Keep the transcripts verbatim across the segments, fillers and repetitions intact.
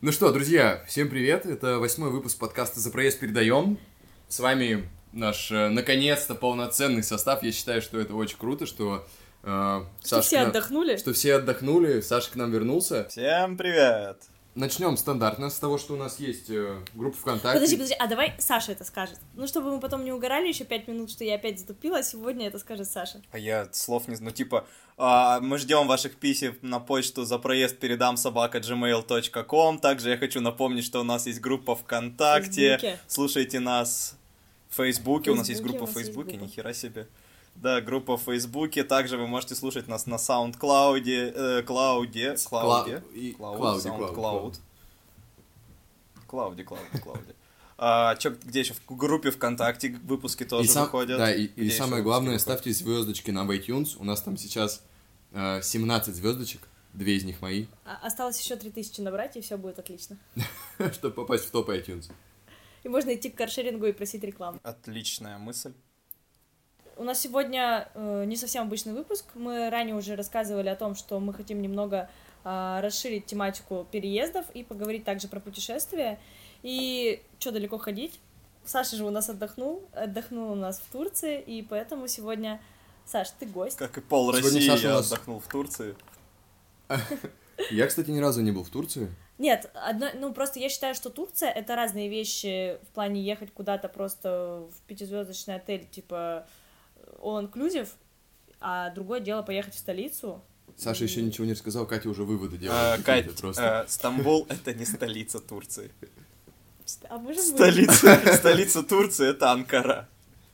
Ну что, друзья, всем привет. Это восьмой выпуск подкаста «За проезд передаем». С вами наш, э, наконец-то, полноценный состав. Я считаю, что это очень круто, что... Э, что Саша все нам... отдохнули. Что все отдохнули, Саша к нам вернулся. Всем привет. Начнем стандартно с того, что у нас есть э, группа ВКонтакте. Подожди, подожди, а давай Саша это скажет. Ну, чтобы мы потом не угорали еще пять минут, что я опять затупила, а сегодня это скажет Саша. А я слов не знаю, ну типа, а, мы ждем ваших писем на почту за проезд передам собака джи мейл точка ком. Также я хочу напомнить, что у нас есть группа ВКонтакте. Фейсбуке. Слушайте нас в Фейсбуке. У нас есть Фейсбуке, группа у в нас есть Фейсбуке, группа. нихера себе. Да, группа в Фейсбуке. Также вы можете слушать нас на SoundCloud, э, Клауде, Клауде, и- Клауд, Клауде, SoundCloud. Клауде. Клауде, Клауде, Клауде. А, чё, где еще? В группе ВКонтакте выпуски тоже И сам- выходят. Да, и, и Где самое еще главное, выпуски выходят? ставьте звездочки нам в iTunes. У нас там сейчас э, семнадцать звездочек, две из них мои, А- осталось еще три тысячи набрать, и все будет отлично. чтобы попасть в топ iTunes. И можно идти к каршерингу и просить рекламу. Отличная мысль. У нас сегодня э, не совсем обычный выпуск. Мы ранее уже рассказывали о том, что мы хотим немного э, расширить тематику переездов и поговорить также про путешествия. И что далеко ходить? Саша же у нас отдохнул, отдохнул у нас в Турции, и поэтому сегодня... Саш, ты гость. Как и пол Сегодня России, Саша у я нас- отдохнул в Турции. Я, кстати, ни разу не был в Турции. Нет, одно, ну просто я считаю, что Турция — это разные вещи в плане ехать куда-то просто в пятизвездочный отель, типа all-inclusive, а другое дело поехать в столицу. Саша И- еще ничего не рассказал, Катя уже выводы А, делает. Кать, какие-то просто. э, Стамбул — это не столица Турции. А мы же были. Столица, столица Турции — это Анкара.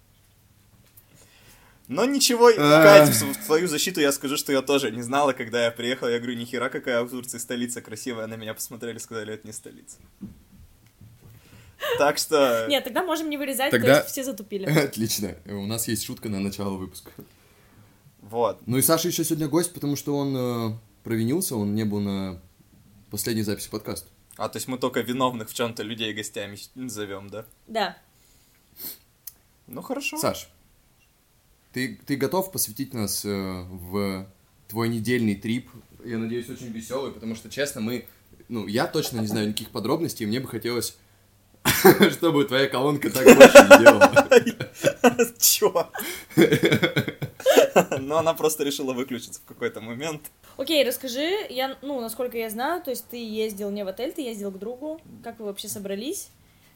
Но ничего, Кать, в в твою защиту я скажу, что я тоже не знала, когда я приехал. Я говорю, нихера, какая в Турции столица красивая. На меня посмотрели, сказали, это не столица. Так что... Нет, тогда можем не вырезать, Тогда- то есть все затупили. Отлично. У нас есть шутка на начало выпуска. Вот. Ну и Саша еще сегодня гость, потому что он э, провинился, он не был на последней записи подкаста. А, то есть мы только виновных в чем-то людей гостями зовем, да? Да. Ну, хорошо. Саш, ты, ты готов посвятить нас э, в твой недельный трип? Я надеюсь, очень веселый, потому что, честно, мы... Ну, я точно не знаю никаких подробностей, и мне бы хотелось, чтобы твоя колонка так больше не делала. Чё? Но она просто решила выключиться в какой-то момент. Окей, расскажи, я, ну, насколько я знаю, то есть ты ездил не в отель, ты ездил к другу, как вы вообще собрались,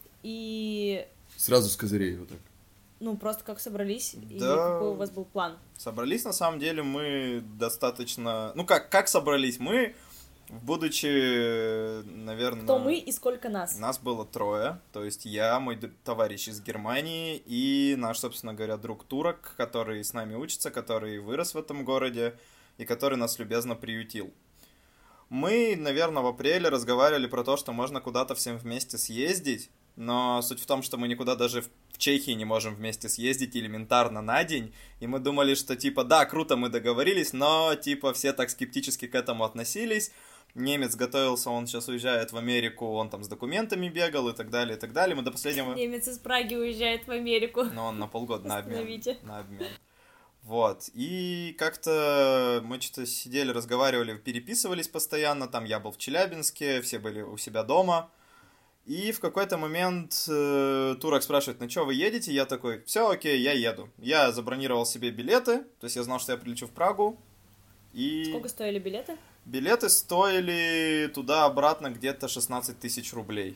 и, Сразу с козырей вот так. ну, просто как собрались, и Да. какой у вас был план. Собрались, на самом деле, мы достаточно... Ну, как, как собрались? Мы, будучи, наверное... Кто мы и сколько нас? Нас было трое, то есть я, мой д- товарищ из Германии и наш, собственно говоря, друг турок, который с нами учится, который вырос в этом городе и который нас любезно приютил. Мы, наверное, в апреле разговаривали про то, что можно куда-то всем вместе съездить, но суть в том, что мы никуда даже в в Чехии не можем вместе съездить элементарно на день, и мы думали, что типа, да, круто, мы договорились, но типа все так скептически к этому относились. Немец готовился, он сейчас уезжает в Америку, он там с документами бегал и так далее, и так далее. Мы до последнего... Немец из Праги уезжает в Америку. Но он на полгода на обмен. Остановите. На обмен. Вот. И как-то мы что-то сидели, разговаривали, переписывались постоянно. Там я был в Челябинске, все были у себя дома. И в какой-то момент э, турок спрашивает, ну что, вы едете? Я такой, все, окей, я еду. Я забронировал себе билеты, то есть я знал, что я прилечу в Прагу. И Сколько стоили билеты? билеты стоили туда-обратно где-то шестнадцать тысяч рублей.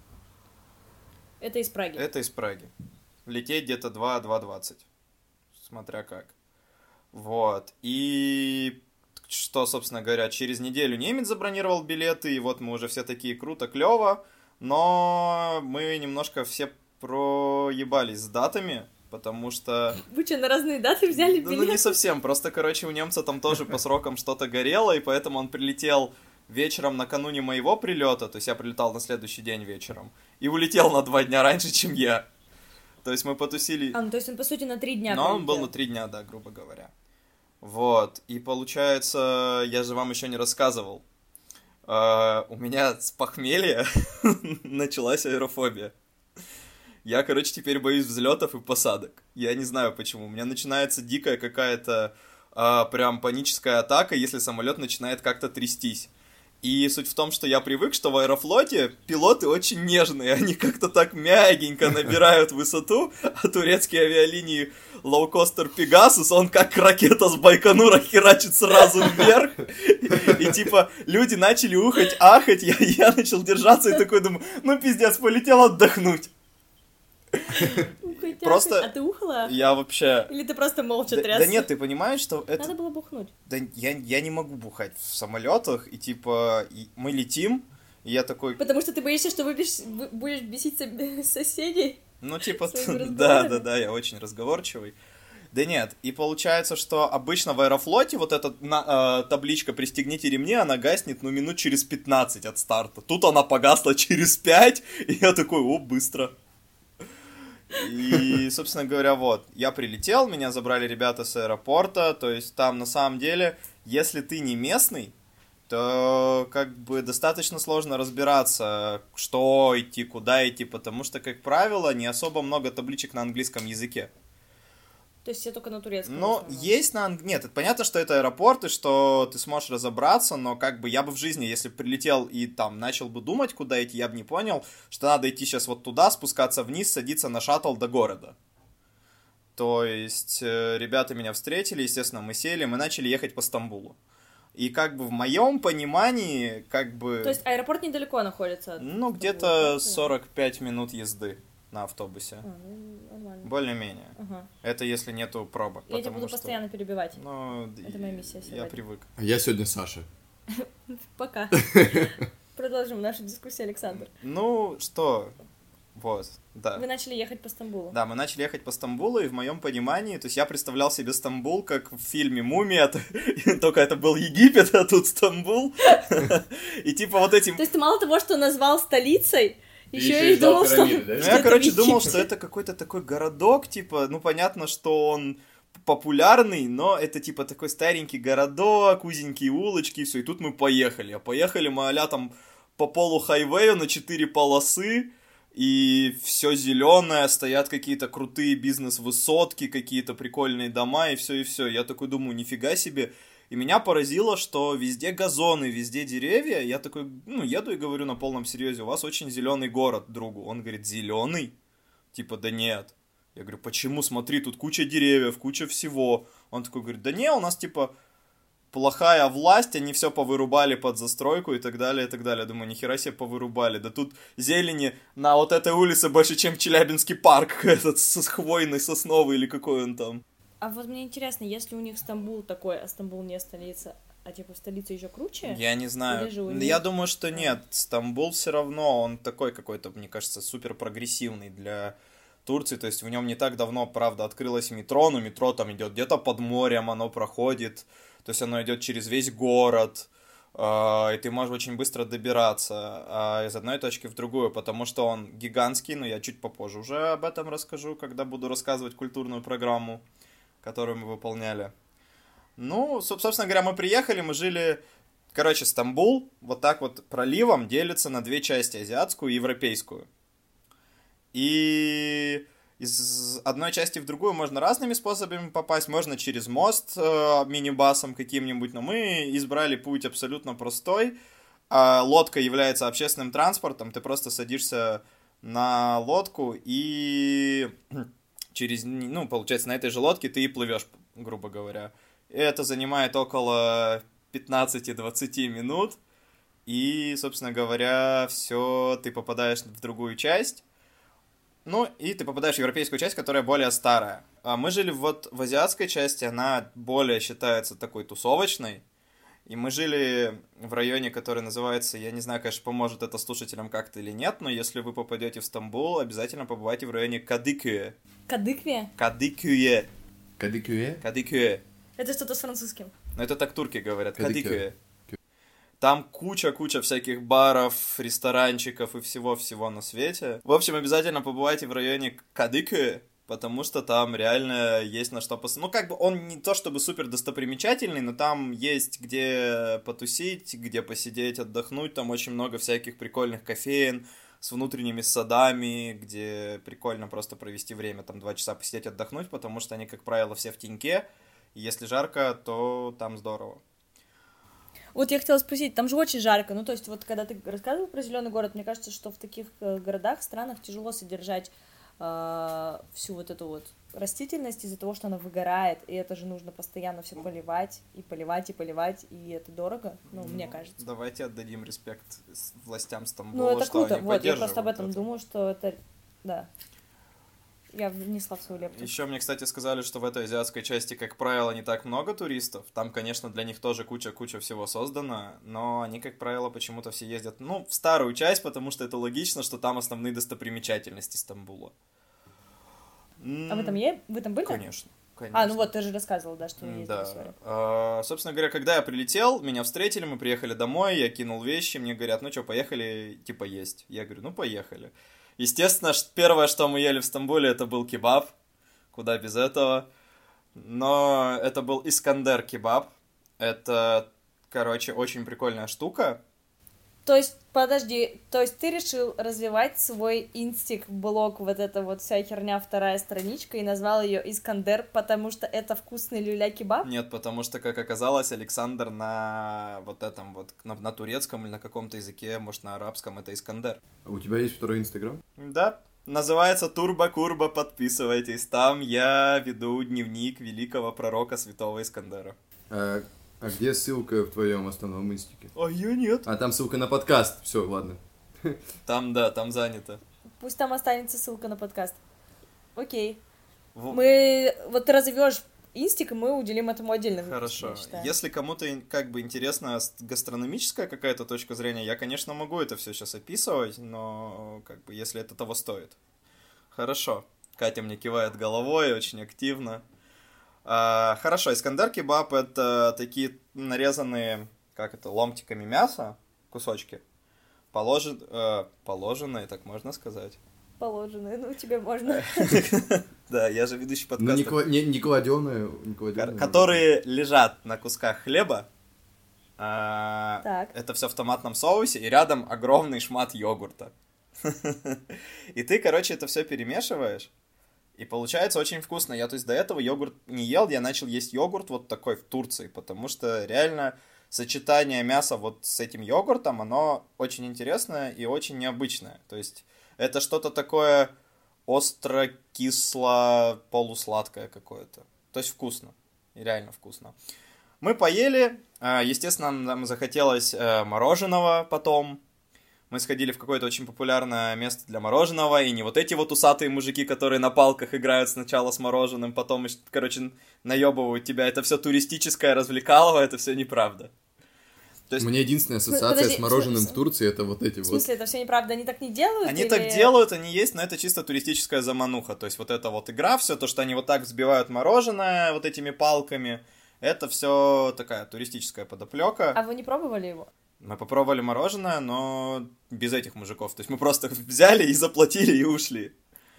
Это из Праги. Это из Праги. Лететь где-то два-два двадцать. Смотря как. Вот. И что, собственно говоря, через неделю немец забронировал билеты, и вот мы уже все такие круто, клево. Но мы немножко все проебались с датами, потому что... Вы что, на разные даты взяли Ну, билеты? ну, не совсем. Просто, короче, у немца там тоже по срокам что-то горело, и поэтому он прилетел вечером накануне моего прилета, то есть я прилетал на следующий день вечером, и улетел на два дня раньше, чем я. То есть мы потусили... А, ну то есть он, по сути, на три дня Но он был прилетел. на три дня, да, грубо говоря. Вот. И получается, я же вам еще не рассказывал. Uh, у меня с похмелья началась аэрофобия. Я, короче, теперь боюсь взлетов и посадок. Я не знаю почему. У меня начинается дикая какая-то uh, прям паническая атака, если самолет начинает как-то трястись. И суть в том, что я привык, что в Аэрофлоте пилоты очень нежные, они как-то так мягенько набирают высоту, а турецкие авиалинии лоукостер Пегасус, он как ракета с Байконура херачит сразу вверх, и типа люди начали ухать, ахать, я, я начал держаться и такой думаю, ну пиздец, полетел отдохнуть. Просто... А ты ухала? Я вообще... Или ты просто молча да, трясся? да нет, ты понимаешь, что это... Надо было бухнуть. Да я, я не могу бухать в самолетах, и типа и мы летим, и я такой... Потому что ты боишься, что будешь, будешь бесить соседей? Ну типа, да, да, да, я очень разговорчивый. Да нет, и получается, что обычно в Аэрофлоте вот эта на, э, табличка «Пристегните ремни», она гаснет, ну, минут через пятнадцать от старта. Тут она погасла через пять, и я такой, о, быстро. И, собственно говоря, вот, я прилетел, меня забрали ребята с аэропорта, то есть там на самом деле, если ты не местный, то как бы достаточно сложно разбираться, что идти, куда идти, потому что, как правило, не особо много табличек на английском языке. То есть все только на турецком? Ну, есть на английском. Нет, это понятно, что это аэропорт, и что ты сможешь разобраться, но как бы я бы в жизни, если бы прилетел и там начал бы думать, куда идти, я бы не понял, что надо идти сейчас вот туда, спускаться вниз, садиться на шаттл до города. То есть э, ребята меня встретили, естественно, мы сели, мы начали ехать по Стамбулу. И как бы в моем понимании, как бы... То есть аэропорт недалеко находится? От ну, где-то сорок пять минут езды на автобусе. А, ну, нормально. Более-менее. Ага. Это если нету пробок. Я тебя буду что... постоянно перебивать. Ну, это моя миссия сегодня. Я привык. А я сегодня Саша. Пока. Продолжим нашу дискуссию, Александр. Ну, что... Вот, да. Вы начали ехать по Стамбулу. Да, мы начали ехать по Стамбулу, и в моем понимании, то есть я представлял себе Стамбул, как в фильме «Мумия», только это был Египет, а тут Стамбул. И типа вот этим... То есть ты мало того, что назвал столицей, еще и думал, что... Я, короче, думал, что это какой-то такой городок, типа, ну, понятно, что он популярный, но это типа такой старенький городок, узенькие улочки, и все, и тут мы поехали. А поехали мы а-ля там по полу хайвею на четыре полосы, и все зеленое, стоят какие-то крутые бизнес-высотки, какие-то прикольные дома, и все, и все. Я такой думаю, нифига себе. И меня поразило, что везде газоны, везде деревья. Я такой, ну, еду и говорю на полном серьезе, у вас очень зеленый город, другу. Он говорит, зеленый? Типа, да нет. Я говорю, почему? Смотри, тут куча деревьев, куча всего. Он такой говорит, да не, у нас типа плохая власть, они все повырубали под застройку и так далее, и так далее. Думаю, нихера себе повырубали. Да тут зелени на вот этой улице больше, чем Челябинский парк этот с хвойный, сосновый или какой он там. А вот мне интересно, если у них Стамбул такой, а Стамбул не столица, а типа столица еще круче? Я не знаю. Них... Я думаю, что нет. Стамбул все равно, он такой какой-то, мне кажется, супер прогрессивный для Турции. То есть в нем не так давно, правда, открылось метро, но метро там идет где-то под морем, оно проходит. То есть оно идет через весь город, э, и ты можешь очень быстро добираться э, из одной точки в другую, потому что он гигантский, но я чуть попозже уже об этом расскажу, когда буду рассказывать культурную программу, которую мы выполняли. Ну, собственно говоря, мы приехали, мы жили... Короче, Стамбул вот так вот проливом делится на две части, азиатскую и европейскую. И... из одной части в другую можно разными способами попасть, можно через мост э, мини-басом каким-нибудь, но мы избрали путь абсолютно простой. Э, лодка является общественным транспортом, ты просто садишься на лодку и через, ну, получается, на этой же лодке ты и плывешь, грубо говоря. Это занимает около пятнадцать-двадцать минут, и, собственно говоря, все, ты попадаешь в другую часть. Ну, и ты попадаешь в европейскую часть, которая более старая. А мы жили вот в азиатской части, она более считается такой тусовочной. И мы жили в районе, который называется, я не знаю, конечно, поможет это слушателям как-то или нет, но если вы попадете в Стамбул, обязательно побывайте в районе Кадыкюе. Кадыкве? Кадыкюе. Кадыкюе? Кадыкюе. Это что-то с французским. Ну, это так турки говорят. Кадыкюе. Кадыкюе. Там куча-куча всяких баров, ресторанчиков и всего-всего на свете. В общем, обязательно побывайте в районе Кадыкюе, потому что там реально есть на что посмотреть. Ну, как бы он не то чтобы супер достопримечательный, но там есть где потусить, где посидеть, отдохнуть. Там очень много всяких прикольных кофеен с внутренними садами, где прикольно просто провести время, там два часа посидеть, отдохнуть, потому что они, как правило, все в теньке. И если жарко, то там здорово. Вот я хотела спросить, там же очень жарко, ну, то есть, вот, когда ты рассказывал про зеленый город, мне кажется, что в таких э, городах, странах тяжело содержать э, всю вот эту вот растительность из-за того, что она выгорает, и это же нужно постоянно все поливать, и поливать, и поливать, и это дорого, ну, мне Ну, кажется. давайте отдадим респект с- властям Ну, Стамбула, это что круто, они вот, я просто об поддерживают этом это. думаю, что это, да, я внесла в свою лепту. Еще мне, кстати, сказали, что в этой азиатской части, как правило, не так много туристов. Там, конечно, для них тоже куча-куча всего создано, но они, как правило, почему-то все ездят, ну, в старую часть, потому что это логично, что там основные достопримечательности Стамбула. А вы там, е... вы там были? Конечно. Конечно. А, ну вот, ты же рассказывал, да, что вы ездили, Да. сори. А, собственно говоря, когда я прилетел, меня встретили, мы приехали домой, я кинул вещи, мне говорят, ну что, поехали, типа, есть. Я говорю, ну, поехали. Естественно, ш- первое, что мы ели в Стамбуле, это был кебаб. Куда без этого. Но это был Искандер кебаб. Это, короче, очень прикольная штука. То есть, подожди, то есть ты решил развивать свой инстик-блог, вот эта вот вся херня, вторая страничка, и назвал ее Искандер, потому что это вкусный люля-кебаб? Нет, потому что, как оказалось, Александр на вот этом вот, на, на турецком или на каком-то языке, может, на арабском, это Искандер. А у тебя есть второй Инстаграм? Да, называется Турбо Курбо, подписывайтесь. Там я веду дневник великого пророка святого Искандера. А, а где ссылка в твоем основном инстике? А ее нет. А там ссылка на подкаст. Все, ладно. Там, да, там занято. Пусть там останется ссылка на подкаст. Окей. Во- Мы... Вот ты развиваешь инстик, и мы уделим этому отдельно выпуск, Хорошо. я считаю. Если кому-то ин- как бы интересна с- гастрономическая какая-то точка зрения, я, конечно, могу это все сейчас описывать, но как бы если это того стоит. Хорошо. Катя мне кивает головой очень активно. А, хорошо, Искандер кебаб — это такие нарезанные, как это, ломтиками мяса, кусочки, положен, э, положенные, так можно сказать. Положенные, ну тебе можно. Да, я же ведущий Ну, не, подкаста. кла- не, не кладеные, не Ко- кладеные. которые лежат на кусках хлеба. А, Так. Это все в томатном соусе, и рядом огромный шмат йогурта. И ты, короче, это все перемешиваешь, и получается очень вкусно. Я, то есть, до этого йогурт не ел, я начал есть йогурт вот такой в Турции, потому что реально сочетание мяса вот с этим йогуртом, оно очень интересное и очень необычное. То есть, это что-то такое остро-кисло-полусладкое какое-то. То есть, вкусно. И реально вкусно. Мы поели, а, естественно, нам захотелось э, мороженого потом. Мы сходили в какое-то очень популярное место для мороженого, и не вот эти вот усатые мужики, которые на палках играют сначала с мороженым, потом, ещё, короче, наебывают тебя. Это все туристическое развлекалово, это все неправда. То есть У меня единственная ассоциация подожди, с мороженым в в Турции это вот эти В вот. смысле, это все неправда, они так не делают? они или- так делают, они есть, но это чисто туристическая замануха. То есть вот эта вот игра, все то, что они вот так взбивают мороженое вот этими палками, это все такая туристическая подоплека. А вы не пробовали его? Мы попробовали мороженое, но без этих мужиков. То есть мы просто взяли и заплатили и ушли.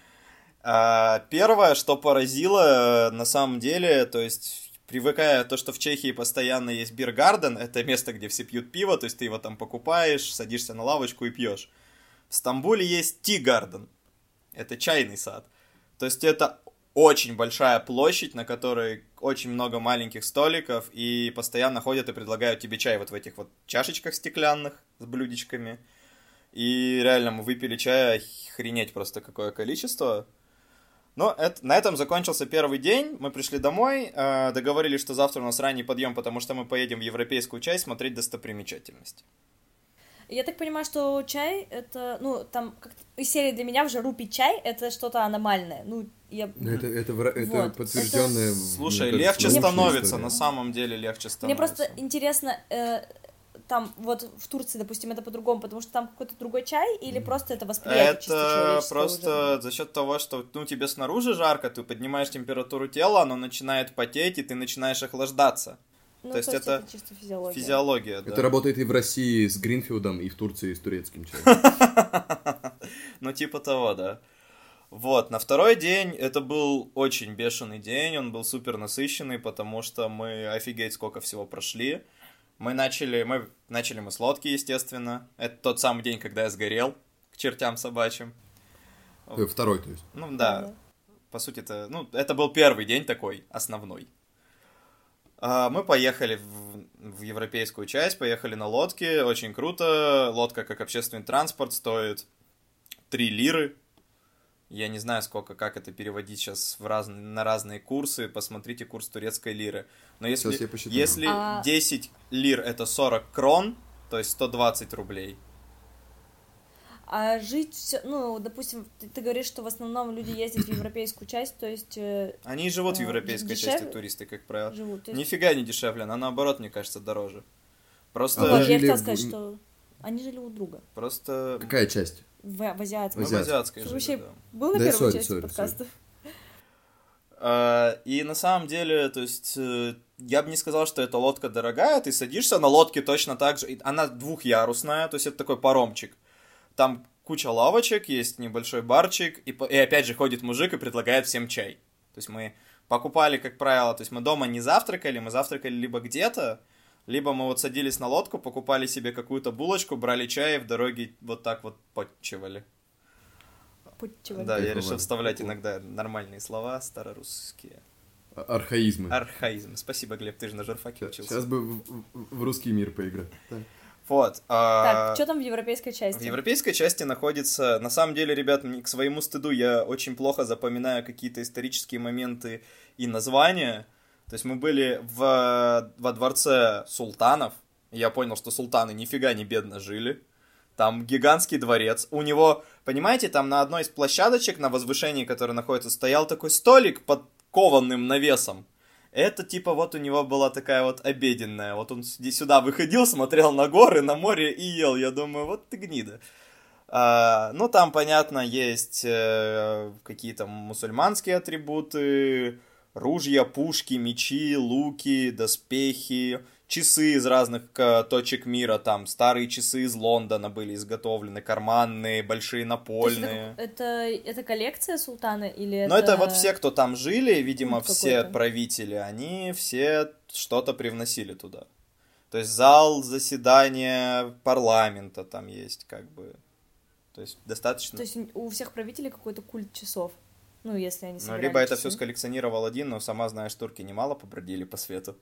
А, первое, что поразило, на самом деле, то есть, привыкая то, что в Чехии постоянно есть биргарден, это место, где все пьют пиво, то есть ты его там покупаешь, садишься на лавочку и пьешь. В Стамбуле есть ти-гарден, это чайный сад. То есть это очень большая площадь, на которой очень много маленьких столиков, и постоянно ходят и предлагают тебе чай вот в этих вот чашечках стеклянных с блюдечками. И реально мы выпили чая, охренеть просто какое количество. Но это, на этом закончился первый день, мы пришли домой, э, договорились, что завтра у нас ранний подъем, потому что мы поедем в европейскую часть смотреть достопримечательности. Я так понимаю, что чай это, ну, там, как из серии для меня в жару пить чай это что-то аномальное. Ну, я... Ну, Это, это, вра- это Вот. подтвержденное. Слушай, мне кажется, легче научная становится, история. на самом деле легче становится. Мне просто интересно, э, там, вот в Турции, допустим, это по-другому, потому что там какой-то другой чай, или просто это восприятие чисто Это человеческое просто уже? за счет того, что ну, тебе снаружи жарко, ты поднимаешь температуру тела, оно начинает потеть, и ты начинаешь охлаждаться. Ну, то есть это чисто физиология. Физиология, да. Это работает и в России с Гринфилдом, и в Турции с турецким чаем. Ну, типа того, да. Вот, на второй день это был очень бешеный день, он был супер насыщенный, потому что мы офигеть сколько всего прошли. Мы начали, мы начали мы с лодки, естественно. Это тот самый день, когда я сгорел к чертям собачьим. Э, Второй, то есть. Ну да, по сути это, ну это был первый день такой основной. А, Мы поехали в, в европейскую часть, поехали на лодке, очень круто. Лодка как общественный транспорт стоит три лиры. Я не знаю, сколько, как это переводить сейчас в раз, на разные курсы. Посмотрите курс турецкой лиры. Но если, Сейчас я посчитаю. если А- десять лир это сорок крон, то есть сто двадцать рублей. А жить все, ну, допустим, ты, ты говоришь, что в основном люди ездят в европейскую часть, то есть э, Они и живут в А, европейской дешевле? части, туристы, как правило. живут. То есть... Нифига не дешевле, она наоборот, мне кажется, дороже. Просто... Ну, А вот, вы я жили хотела в- сказать, что они жили у друга Просто... Какая часть? в, в азиатском. Мы в азиатской Ты жили, вообще да. был на Да, первой sorry, части sorry, подкаста? А, И на самом деле, то есть, э, я бы не сказал, что эта лодка дорогая, ты садишься на лодке точно так же, и она двухъярусная, то есть это такой паромчик. Там куча лавочек, есть небольшой барчик, и, по- и опять же ходит мужик и предлагает всем чай. То есть мы покупали, как правило, то есть мы дома не завтракали, мы завтракали либо где-то, либо мы вот садились на лодку, покупали себе какую-то булочку, брали чай и в дороге вот так вот подчивали. Подчивали. Да, я Кайфовали. решил вставлять иногда нормальные слова старорусские. А- Архаизмы. Архаизм. Спасибо, Глеб, ты же на журфаке учился. Сейчас бы в, в- в русский мир поиграть. Так. Вот. а, Так, что там в европейской части? В европейской части находится... На самом деле, ребят, мне- к своему стыду я очень плохо запоминаю какие-то исторические моменты и названия. То есть мы были в, во дворце султанов. И я понял, что султаны нифига не бедно жили. Там гигантский дворец. У него, понимаете, там на одной из площадочек, на возвышении, которое находится, стоял такой столик под кованым навесом. Это типа вот у него была такая вот обеденная. Вот он сюди- сюда выходил, смотрел на горы, на море и ел. Я думаю, вот ты гнида. А, ну, там, понятно, есть э, какие-то мусульманские атрибуты, ружья, пушки, мечи, луки, доспехи, часы из разных э, точек мира. Там старые часы из Лондона были изготовлены, карманные, большие То есть напольные. это, это, это коллекция султана или Но это вот все, кто там жили, видимо, культ все какой-то? правители, они все что-то привносили туда. То есть зал заседания парламента там есть, как бы. То есть достаточно. То есть у всех правителей какой-то культ часов. Ну, если они Ну, собирали либо это часы. все сколлекционировал один, но сама знаешь, турки немало побродили по свету.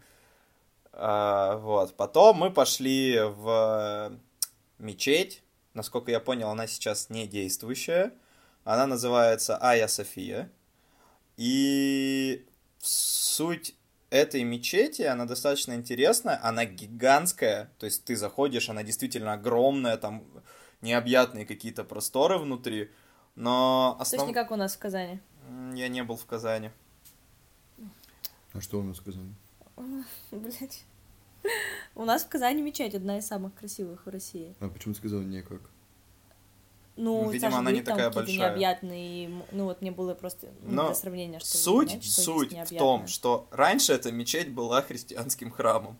А, вот. Потом мы пошли в мечеть. Насколько я понял, она сейчас не действующая. Она называется Айя София. И суть этой мечети, она достаточно интересная. Она гигантская. То есть ты заходишь, она действительно огромная. Там необъятные какие-то просторы внутри. Но То есть основ... не как у нас в Казани. М, Я не был в Казани. А что у нас в Казани? Блять. У нас в Казани мечеть одна из самых красивых в России. А почему ты сказал никак? Ну, Видимо, Саша она не говорит, там такая какие-то большая. необъятные, м, ну вот мне было просто ну, Но для сравнения, чтобы Суть, понять, что суть есть в том, необъятное. что раньше эта мечеть была христианским храмом.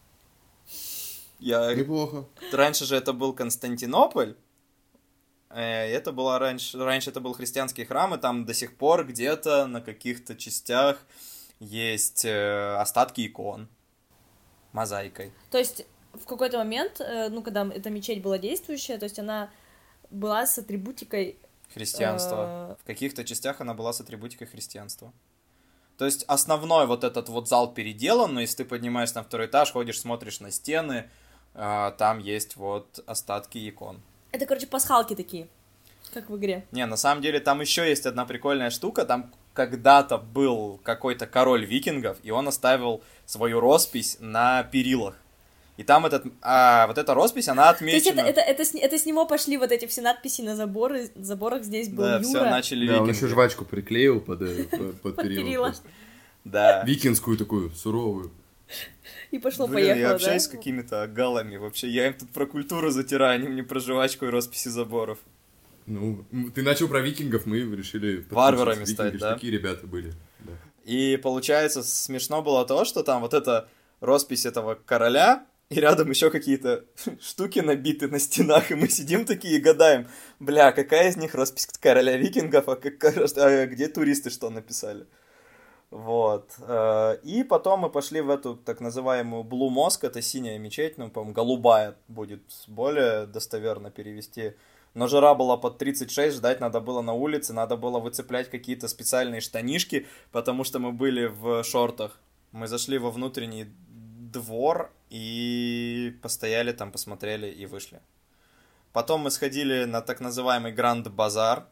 Я... Неплохо. Раньше же это был Константинополь. Э, Это было раньше, раньше это был христианский храм, и там до сих пор где-то на каких-то частях есть э, остатки икон мозаикой. То есть в какой-то момент, э, ну, когда эта мечеть была действующая, то есть она была с атрибутикой... Христианства. Э, В каких-то частях она была с атрибутикой христианства. То есть основной вот этот вот зал переделан, но если ты поднимаешься на второй этаж, ходишь, смотришь на стены, э, там есть вот остатки икон. Это, короче, пасхалки такие, как в игре. Не, на самом деле там еще есть одна прикольная штука. Там когда-то был какой-то король викингов, и он оставил свою роспись на перилах. И там этот, а, вот эта роспись, она То есть отмечена. это, это, это, с, это с него пошли вот эти все надписи на заборы, заборах здесь был Да, Юра. все, начали Да, он викинги. еще жвачку приклеил под, э, под, под Под перила. перила. просто. Да. Викинскую такую, суровую. И пошло-поехало, Блин, я да? общаюсь с какими-то галами вообще. Я им тут про культуру затираю, они мне про жвачку и росписи заборов. Ну, м, ты начал про викингов, мы решили... подключиться. Варварами Викинги стать, ж да? Такие ребята были. Да. И получается, смешно было то, что там вот эта роспись этого короля, и рядом еще какие-то штуки набиты на стенах, и мы сидим такие и гадаем, бля, какая из них роспись короля викингов, а, как, а где туристы что написали. Вот. э, И потом мы пошли в эту так называемую Blue Mosque, это синяя мечеть, ну, по-моему, голубая будет более достоверно перевести. Но жара была под тридцать шесть, ждать надо было на улице, надо было выцеплять какие-то специальные штанишки, потому что мы были в шортах. Мы зашли во внутренний двор и постояли там, посмотрели и вышли. Потом мы сходили на так называемый Гранд Базар.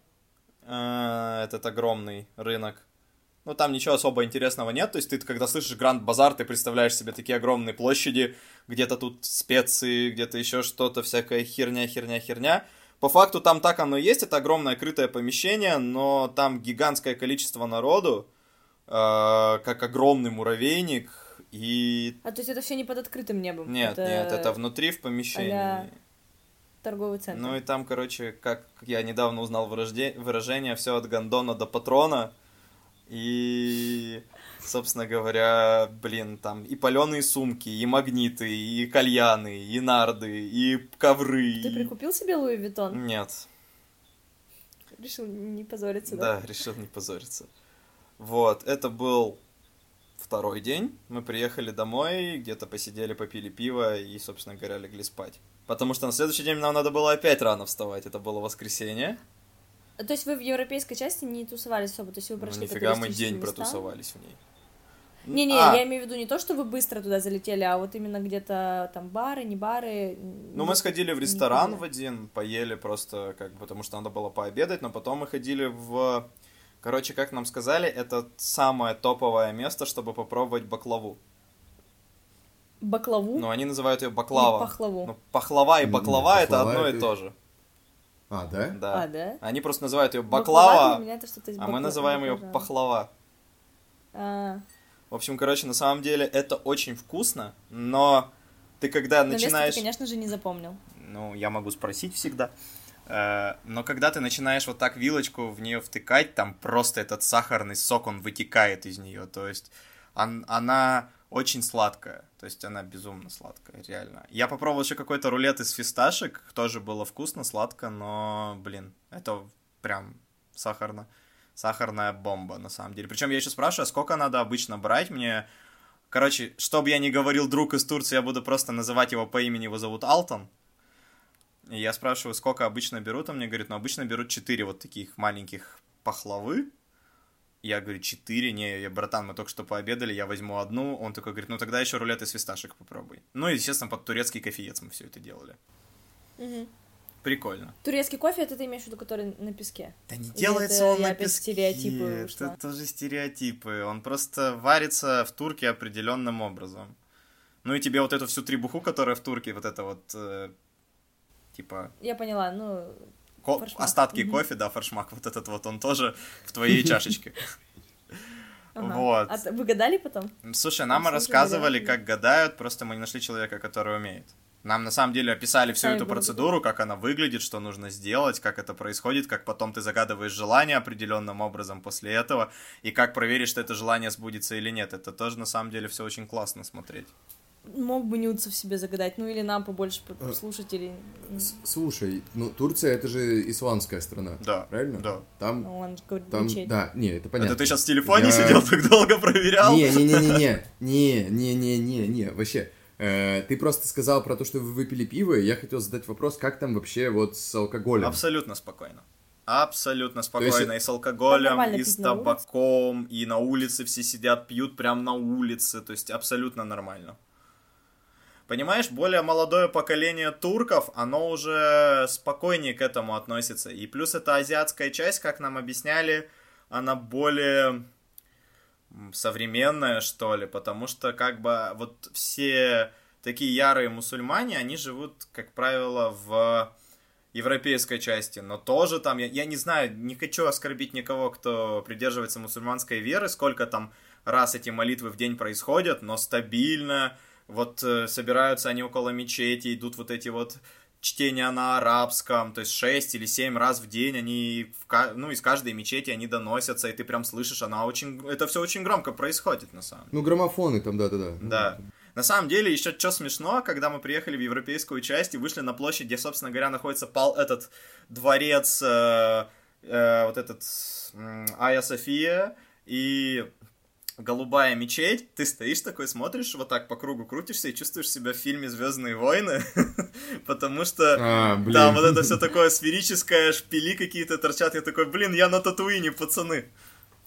Этот огромный рынок. Ну, там ничего особо интересного нет. То есть ты, когда слышишь Гранд Базар, ты представляешь себе такие огромные площади. Где-то тут специи, где-то еще что-то, всякая херня, херня, херня. По факту там так оно и есть. Это огромное крытое помещение, но там гигантское количество народу. Э, как огромный муравейник. И... А то есть это все не под открытым небом? Нет, это... нет, это внутри в помещении. А-ля... торговый центр. Ну и там, короче, как я недавно узнал выражение, выражение все от гондона до патрона. И, собственно говоря, блин, там и паленые сумки, и магниты, и кальяны, и нарды, и ковры. Ты прикупил себе Луи Виттон? Нет. Решил не позориться, да? Да, решил не позориться. Вот, это был второй день. Мы приехали домой, где-то посидели, попили пиво и, собственно говоря, легли спать. Потому что на следующий день нам надо было опять рано вставать. Это было воскресенье. То есть вы в европейской части не тусовались особо? То есть вы прошли ну, по нифига мы туристическим день местам? протусовались в ней. Не-не, а. я имею в виду не то, что вы быстро туда залетели, а вот именно где-то там бары, не бары. Ну, мы сходили в ресторан никуда. в один, поели просто, как бы, потому что надо было пообедать, но потом мы ходили в... Короче, как нам сказали, это самое топовое место, чтобы попробовать баклаву. Баклаву? Ну, они называют ее баклава. Или пахлаву. Ну, пахлава и баклава — это Пахлава одно это- и то же. А, да? Да. А, да? Они просто называют ее Баклава баклава, для меня это что-то из а мы бакла- называем ее баклажана. пахлава. А, В общем, короче, на самом деле это очень вкусно, но ты когда но место начинаешь... ты, конечно же, не запомнил. Ну, я могу спросить всегда. Э, Но когда ты начинаешь вот так вилочку в нее втыкать, там просто этот сахарный сок, он вытекает из нее. То есть он- она очень сладкая. То есть она безумно сладкая, реально. Я попробовал еще какой-то рулет из фисташек. Тоже было вкусно, сладко, но, блин, это прям сахарно. Сахарная бомба, на самом деле. Причем я еще спрашиваю, а сколько надо обычно брать мне... Короче, чтобы я не говорил друг из Турции, я буду просто называть его по имени, его зовут Алтон. И я спрашиваю, сколько обычно берут, он мне говорит, ну, обычно берут четыре вот таких маленьких пахлавы. Я говорю, четыре? Не, я, братан, мы только что пообедали, я возьму одну. Он такой говорит, ну, тогда еще рулет из фисташек попробуй. Ну, и, естественно, под турецкий кофеец мы все это делали. Мгм. Прикольно. Турецкий кофе, это ты имеешь в виду, который на песке? Да не Или делается это он я на опять песке. стереотипы Это ушла? тоже стереотипы. Он просто варится в турке определенным образом. Ну и тебе вот эту всю требуху, которая в турке, вот это вот, э, типа, Я поняла, ну... ко- форшмак. остатки Мгм. кофе, да, форшмак, вот этот вот, он тоже в твоей чашечке. Ага. Вот. А т- вы гадали потом? Слушай, нам слушай, рассказывали, да. как гадают, просто мы не нашли человека, который умеет. Нам на самом деле описали всю Сами эту были процедуру, как она выглядит, что нужно сделать, как это происходит, как потом ты загадываешь желание определенным образом после этого, и как проверить, что это желание сбудется или нет. Это тоже на самом деле все очень классно смотреть. Мог бы Нюцев себе загадать, ну или нам побольше А. слушателей. С- Слушай, ну Турция это же исламская страна. Да, Правильно? да. Там, Он говорит, там, мечеть. да, не, это понятно. Это ты сейчас в телефоне Я- сидел, так долго проверял? Не, не, не, не, не, не, не, не, не, не, вообще. Э, ты просто сказал про то, что вы выпили пиво, и я хотел задать вопрос, как там вообще вот с алкоголем? Абсолютно спокойно. Абсолютно спокойно. есть- И с алкоголем, нормально и пить с на улице? табаком, и на улице все сидят, пьют прямо на улице. То есть абсолютно нормально. Понимаешь, более молодое поколение турков, оно уже спокойнее к этому относится. И плюс эта азиатская часть, как нам объясняли, она более м, современная, что ли, потому что как бы вот все такие ярые мусульмане, они живут, как правило, в европейской части, но тоже там, я, я не знаю, не хочу оскорбить никого, кто придерживается мусульманской веры, сколько там раз эти молитвы в день происходят, но стабильно, вот э, собираются они около мечети, идут вот эти вот чтения на арабском, то есть шесть или семь раз в день они, в, ка- ну, из каждой мечети они доносятся, и ты прям слышишь, она очень, это все очень громко происходит, на самом деле. Ну, граммофоны там, да-да-да. Да. На самом деле, еще что смешно, когда мы приехали в европейскую часть и вышли на площадь, где, собственно говоря, находится пал этот дворец, э, э, вот этот м, Айя София и голубая мечеть, ты стоишь такой, смотришь, вот так по кругу крутишься и чувствуешь себя в фильме «Звездные войны», потому что А, блин. там вот это все такое сферическое, шпили какие-то торчат, я такой, блин, я на Татуине, пацаны.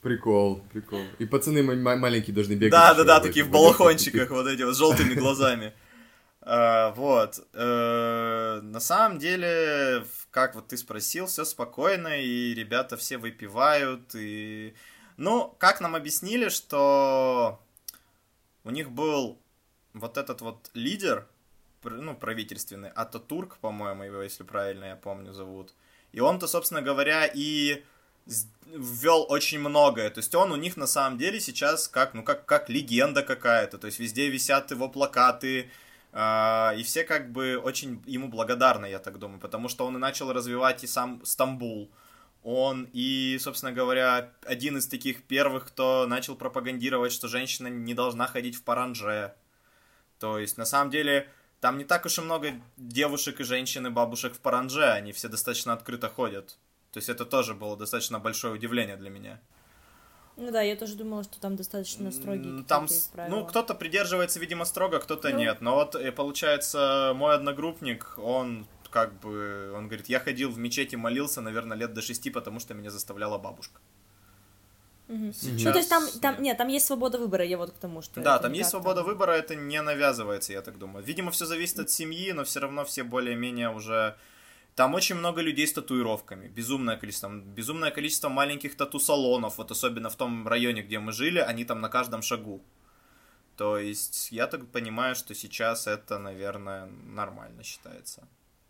Прикол, прикол. И пацаны ма- маленькие должны бегать. Да-да-да, такие в балахончиках, вот эти вот, с желтыми глазами. Uh, вот. Uh, на самом деле, как вот ты спросил, все спокойно, и ребята все выпивают, и... Ну, как нам объяснили, что у них был вот этот вот лидер, ну, правительственный, Ататурк, по-моему, его, если правильно я помню, зовут. И он-то, собственно говоря, и ввел очень многое. То есть он у них на самом деле сейчас как, ну, как, как легенда какая-то. То есть везде висят его плакаты, и все как бы очень ему благодарны, я так думаю, потому что он и начал развивать и сам Стамбул. Он и, собственно говоря, один из таких первых, кто начал пропагандировать, что женщина не должна ходить в парандже. То есть, на самом деле, там не так уж и много девушек и женщин и бабушек в парандже, они все достаточно открыто ходят. То есть, это тоже было достаточно большое удивление для меня. Ну да, я тоже думала, что там достаточно строгие там, правила. Ну, кто-то придерживается, видимо, строго, кто-то ну... нет. Но вот, получается, мой одногруппник, он как бы, он говорит, я ходил в мечети, молился, наверное, лет до шести, потому что меня заставляла бабушка. Угу. Сейчас... Ну, то есть там, там, нет, там есть свобода выбора, я вот к тому, что... Да, там есть свобода там... выбора, это не навязывается, я так думаю. Видимо, все зависит от семьи, но все равно все более-менее уже... Там очень много людей с татуировками, безумное количество, безумное количество маленьких тату-салонов, вот особенно в том районе, где мы жили, они там на каждом шагу. То есть, я так понимаю, что сейчас это, наверное, нормально считается.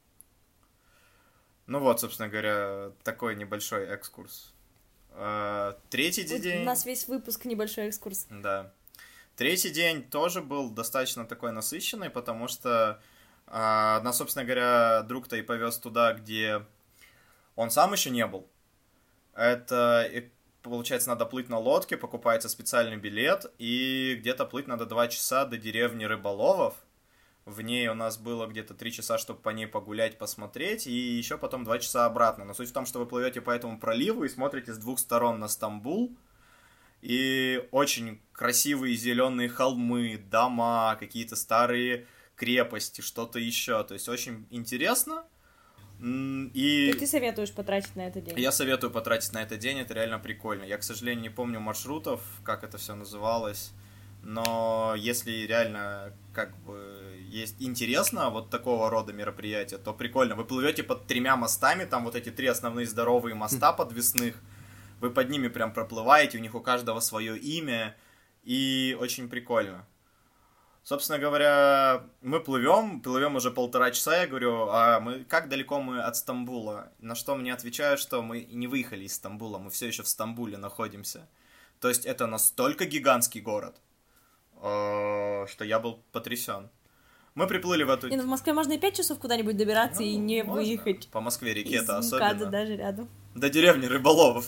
Ну вот, собственно говоря, такой небольшой экскурс. Третий вот день... У нас весь выпуск небольшой экскурс. Да. Третий день тоже был достаточно такой насыщенный, потому что... Uh, нас, собственно говоря, друг-то и повез туда, где он сам еще не был. Это, получается, надо плыть на лодке, покупается специальный билет, и где-то плыть надо два часа до деревни Рыболовов. В ней у нас было где-то три часа, чтобы по ней погулять, посмотреть, и еще потом два часа обратно. Но суть в том, что вы плывете по этому проливу и смотрите с двух сторон на Стамбул, и очень красивые зеленые холмы, дома, какие-то старые... крепости, что-то еще. То есть очень интересно. И... и ты советуешь потратить на это день? Я советую потратить на это день, это реально прикольно. Я, к сожалению, не помню маршрутов, как это все называлось, но если реально как бы есть интересно вот такого рода мероприятия, то прикольно. Вы плывете под тремя мостами, там вот эти три основные здоровые моста подвесных, вы под ними прям проплываете, у них у каждого свое имя, и очень прикольно. Собственно говоря, мы плывем, плывем уже полтора часа, я говорю, а мы, как далеко мы от Стамбула? На что мне отвечают, что мы не выехали из Стамбула, мы все еще в Стамбуле находимся. То есть это настолько гигантский город, что я был потрясен. Мы приплыли в эту... И в Москве можно и пять часов куда-нибудь добираться ну, и не можно. Выехать. По Москве-реке-то особенно. МКАДа даже рядом. До деревни Рыболовов.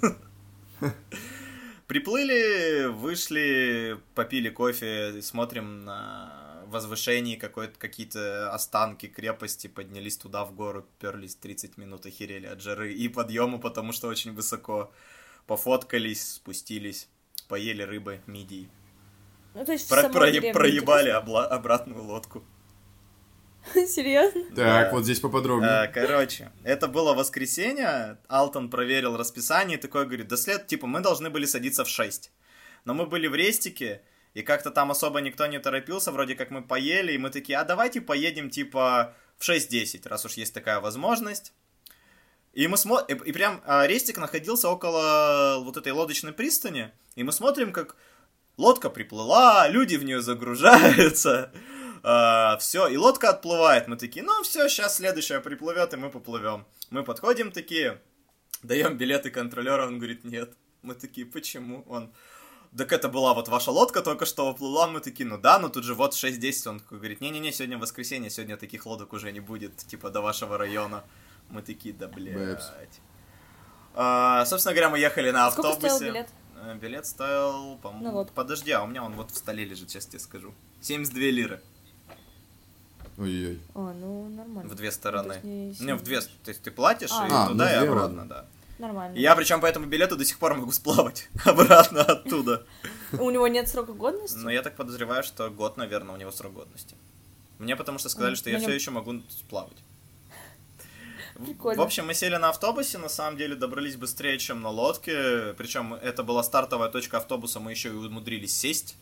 Приплыли, вышли, попили кофе, смотрим на возвышении какие-то останки крепости, поднялись туда в гору, перлись тридцать минут, охерели от жары и подъема, потому что очень высоко. Пофоткались, спустились, поели рыбы, мидий. Ну, то есть Про- про- проебали обла- обратную лодку. Серьезно? Так, да. Вот здесь поподробнее. А, короче, это было воскресенье, Алтон проверил расписание и такой говорит, да след, типа, мы должны были садиться в шесть. Но мы были в рестике, и как-то там особо никто не торопился, вроде как мы поели, и мы такие, а давайте поедем, типа, в шесть десять, раз уж есть такая возможность. И мы смотрим, и прям а, рестик находился около вот этой лодочной пристани, и мы смотрим, как лодка приплыла, люди в нее загружаются... Uh, все, и лодка отплывает. Мы такие, ну все, сейчас следующая приплывет, и мы поплывем. Мы подходим такие, даем билеты контролеру, он говорит, нет. Мы такие, почему? Он, так это была вот ваша лодка только что уплыла. Мы такие, ну да, ну тут же вот шесть десять. Он такой говорит, не-не-не, сегодня воскресенье, сегодня таких лодок уже не будет, типа до вашего района. Мы такие, да блядь. Uh, собственно говоря, мы ехали на автобусе. Сколько стоил билет? Uh, билет стоил, по-моему... Ну, вот. Подожди, а у меня он вот в столе лежит, сейчас тебе скажу. семьдесят две лиры. Ой-ой-ой. О, ну нормально. В две стороны. Не, не, в две. То есть ты платишь а, и а, туда, ну, и две, обратно, ладно. да. Нормально. И я причем по этому билету до сих пор могу сплавать обратно оттуда. У него нет срока годности? Но я так подозреваю, что год, наверное, у него срок годности. Мне потому что сказали, что я все еще могу сплавать. Прикольно. В общем, мы сели на автобусе, на самом деле добрались быстрее, чем на лодке. Причем это была стартовая точка автобуса, мы еще и умудрились сесть.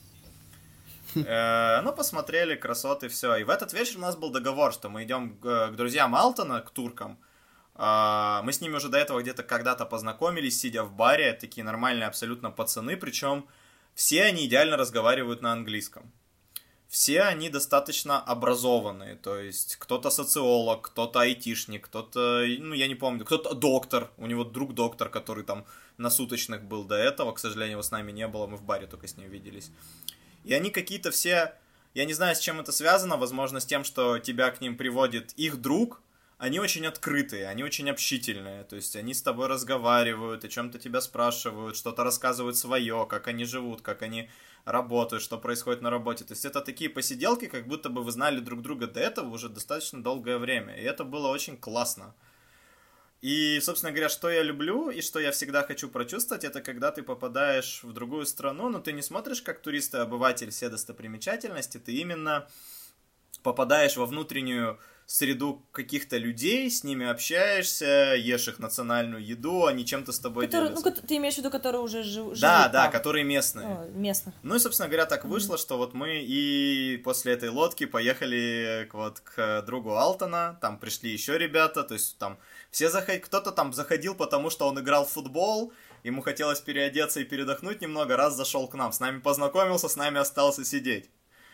Ну, посмотрели, красоты, все. И в этот вечер у нас был договор, что мы идем к друзьям Алтона, к туркам. Мы с ними уже до этого где-то когда-то познакомились, сидя в баре, такие нормальные абсолютно пацаны, причем все они идеально разговаривают на английском. Все они достаточно образованные, то есть кто-то социолог, кто-то айтишник, кто-то, ну, я не помню, кто-то доктор, у него друг доктор, который там на суточных был до этого, к сожалению, его с нами не было, мы в баре только с ним виделись. И они какие-то все, я не знаю, с чем это связано, возможно, с тем, что тебя к ним приводит их друг. Они очень открытые, они очень общительные, то есть они с тобой разговаривают, о чем-то тебя спрашивают, что-то рассказывают свое, как они живут, как они работают, что происходит на работе. То есть это такие посиделки, как будто бы вы знали друг друга до этого уже достаточно долгое время, и это было очень классно. И, собственно говоря, что я люблю и что я всегда хочу прочувствовать, это когда ты попадаешь в другую страну, но ты не смотришь как турист и обыватель все достопримечательности, ты именно попадаешь во внутреннюю среду каких-то людей, с ними общаешься, ешь их национальную еду, они чем-то с тобой которые, делятся. Ну, ты имеешь в виду, которые уже жив, да, живут да, там? которые местные. О, местных. Ну и, собственно говоря, так вышло, Mm-hmm. что вот мы и после этой лодки поехали к, вот, к другу Алтона, там пришли еще ребята, то есть там все заходили, кто-то там заходил, потому что он играл в футбол, ему хотелось переодеться и передохнуть немного, раз зашел к нам, с нами познакомился, с нами остался сидеть.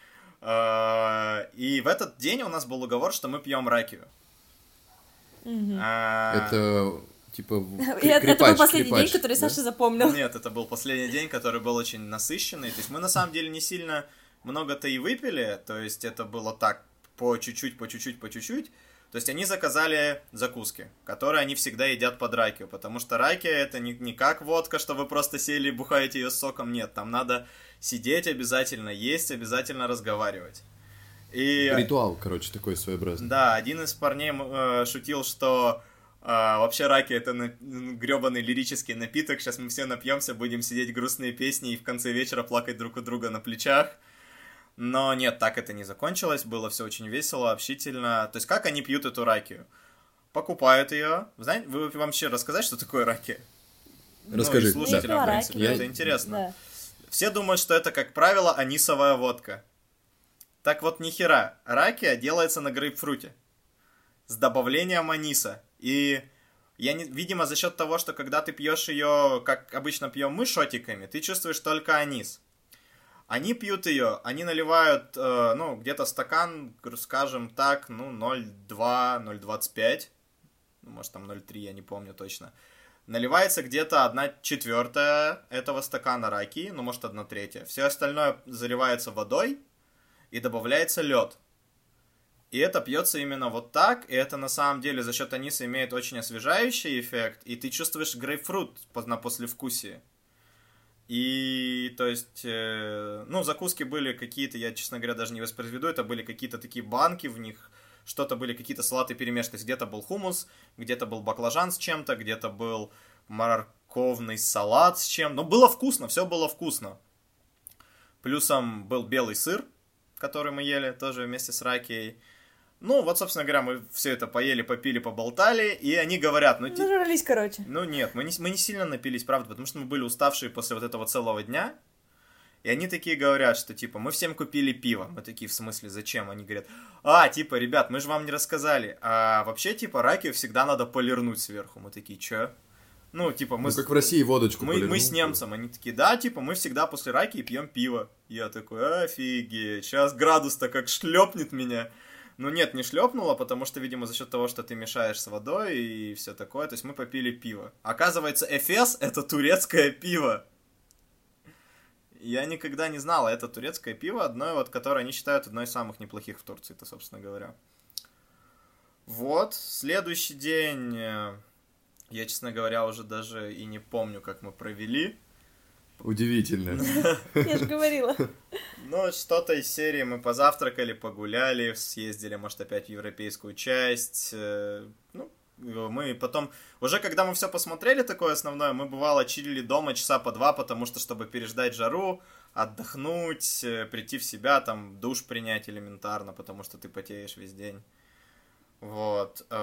И в этот день у нас был уговор, что мы пьем ракию. Mm-hmm. А... Это типа И это, крепач, это был последний крепач, день, который да? Саша запомнил. Нет, это был последний день, который был очень насыщенный. То есть мы на самом деле не сильно много-то и выпили, то есть это было так, по чуть-чуть, по чуть-чуть, по чуть-чуть. То есть они заказали закуски, которые они всегда едят под ракию, потому что ракия это не, не как водка, что вы просто сели и бухаете ее с соком, нет, там надо сидеть обязательно, есть, обязательно разговаривать. И... Ритуал, короче, такой своеобразный. Да, один из парней э, шутил, что э, вообще ракия это на... гребаный лирический напиток, сейчас мы все напьемся, будем сидеть грустные песни и в конце вечера плакать друг у друга на плечах. Но нет, так это не закончилось, было все очень весело, общительно. То есть как они пьют эту ракию? Покупают ее. Знаете, вы вам вообще рассказать, что такое ракия? Расскажи. Ну, и слушателям, да. в принципе, Я... это интересно. Да. Все думают, что это, как правило, анисовая водка. Так вот, нихера. Ракия делается на грейпфруте. С добавлением аниса. И, я не... видимо, за счет того, что когда ты пьешь ее, как обычно пьем мы, шотиками, ты чувствуешь только анис. Они пьют ее, они наливают, э, ну, где-то стакан, скажем так, ну, ноль целых два - ноль целых двадцать пять, ну, может, там ноль целых три, я не помню точно. Наливается где-то одна четвертая этого стакана ракии, ну, может, одна третья. Все остальное заливается водой и добавляется лед. И это пьется именно вот так, и это на самом деле за счет аниса имеет очень освежающий эффект, и ты чувствуешь грейпфрут на послевкусии. И, то есть, э, ну, закуски были какие-то, я, честно говоря, даже не воспроизведу, это были какие-то такие банки в них, что-то были какие-то салаты перемешаны, то есть где-то был хумус, где-то был баклажан с чем-то, где-то был морковный салат с чем, ну, было вкусно, все было вкусно. Плюсом был белый сыр, который мы ели тоже вместе с ракией. Ну, вот, собственно говоря, мы все это поели, попили, поболтали, и они говорят, ну... Нажрались, короче. Ну, нет, мы не, мы не сильно напились, правда, потому что мы были уставшие после вот этого целого дня, и они такие говорят, что, типа, мы всем купили пиво. Мы такие, в смысле, зачем? Они говорят, а, типа, ребят, мы же вам не рассказали, а вообще, типа, ракию всегда надо полирнуть сверху. Мы такие, чё? Ну, типа, мы... Ну, как в России водочку мы, полирнул. мы с немцем, они такие, да, типа, мы всегда после ракии пьем пиво. Я такой, офигеть, сейчас градус-то как шлепнет меня. Ну нет, не шлепнуло, потому что, видимо, за счет того, что ты мешаешь с водой и все такое, то есть мы попили пиво. Оказывается, Эфес — это турецкое пиво. Я никогда не знал, это турецкое пиво, одно, вот, которое они считают одной из самых неплохих в Турции, это, собственно говоря. Вот, следующий день, я, честно говоря, уже даже и не помню, как мы провели. Удивительно. Я же говорила. Ну, что-то из серии мы позавтракали, погуляли, съездили, может, опять в европейскую часть. Ну, мы потом... Уже когда мы все посмотрели такое основное, мы, бывало, чилили дома часа по два, потому что, чтобы переждать жару, отдохнуть, прийти в себя, там, душ принять элементарно, потому что ты потеешь весь день. Вот.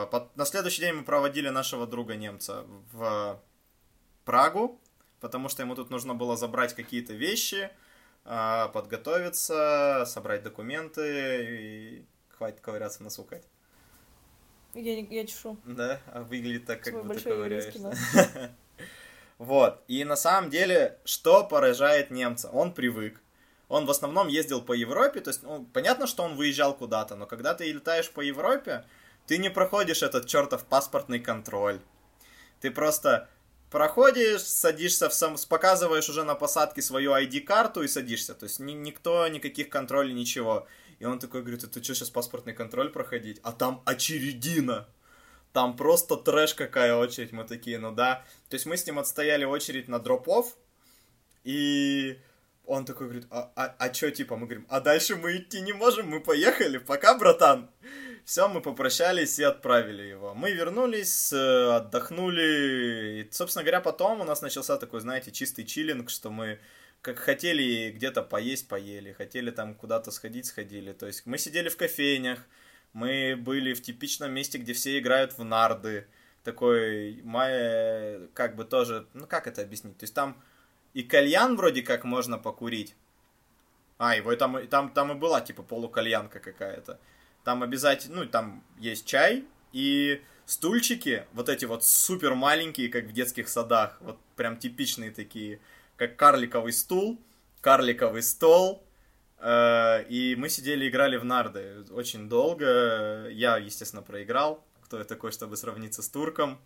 На следующий день мы проводили нашего друга немца в Прагу, потому что ему тут нужно было забрать какие-то вещи, подготовиться, собрать документы и хватит ковыряться в носу, Кать. Я, я чешу. Да? А выглядит так, как Свой будто большой ковыряешься. Вот. И на самом деле, что поражает немца? Он привык. Он в основном ездил по Европе, то есть, ну, понятно, что он выезжал куда-то, но когда ты летаешь по Европе, ты не проходишь этот чертов паспортный контроль. Ты просто проходишь, садишься, в сам... показываешь уже на посадке свою ай ди-карту и садишься. То есть ни... никто, никаких контролей, ничего. И он такой говорит, это что, сейчас паспортный контроль проходить? А там очередина. Там просто трэш, какая очередь. Мы такие, ну да. То есть мы с ним отстояли очередь на дроп-офф. И он такой говорит, а, а, а что, типа, мы говорим, а дальше мы идти не можем, мы поехали, пока, братан. Все, мы попрощались и отправили его. Мы вернулись, отдохнули. И, собственно говоря, потом у нас начался такой, знаете, чистый чиллинг, что мы как хотели где-то поесть, поели, хотели там куда-то сходить, сходили. То есть мы сидели в кофейнях, мы были в типичном месте, где все играют в нарды. Такой, как бы тоже, ну как это объяснить? То есть там и кальян вроде как можно покурить. А, его там, там, там и была типа полукальянка какая-то. Там обязательно, ну там есть чай и стульчики, вот эти вот супер маленькие, как в детских садах. Вот прям типичные такие, как карликовый стул, карликовый стол. И мы сидели и играли в нарды очень долго. Я, естественно, проиграл. Кто я такой, чтобы сравниться с турком.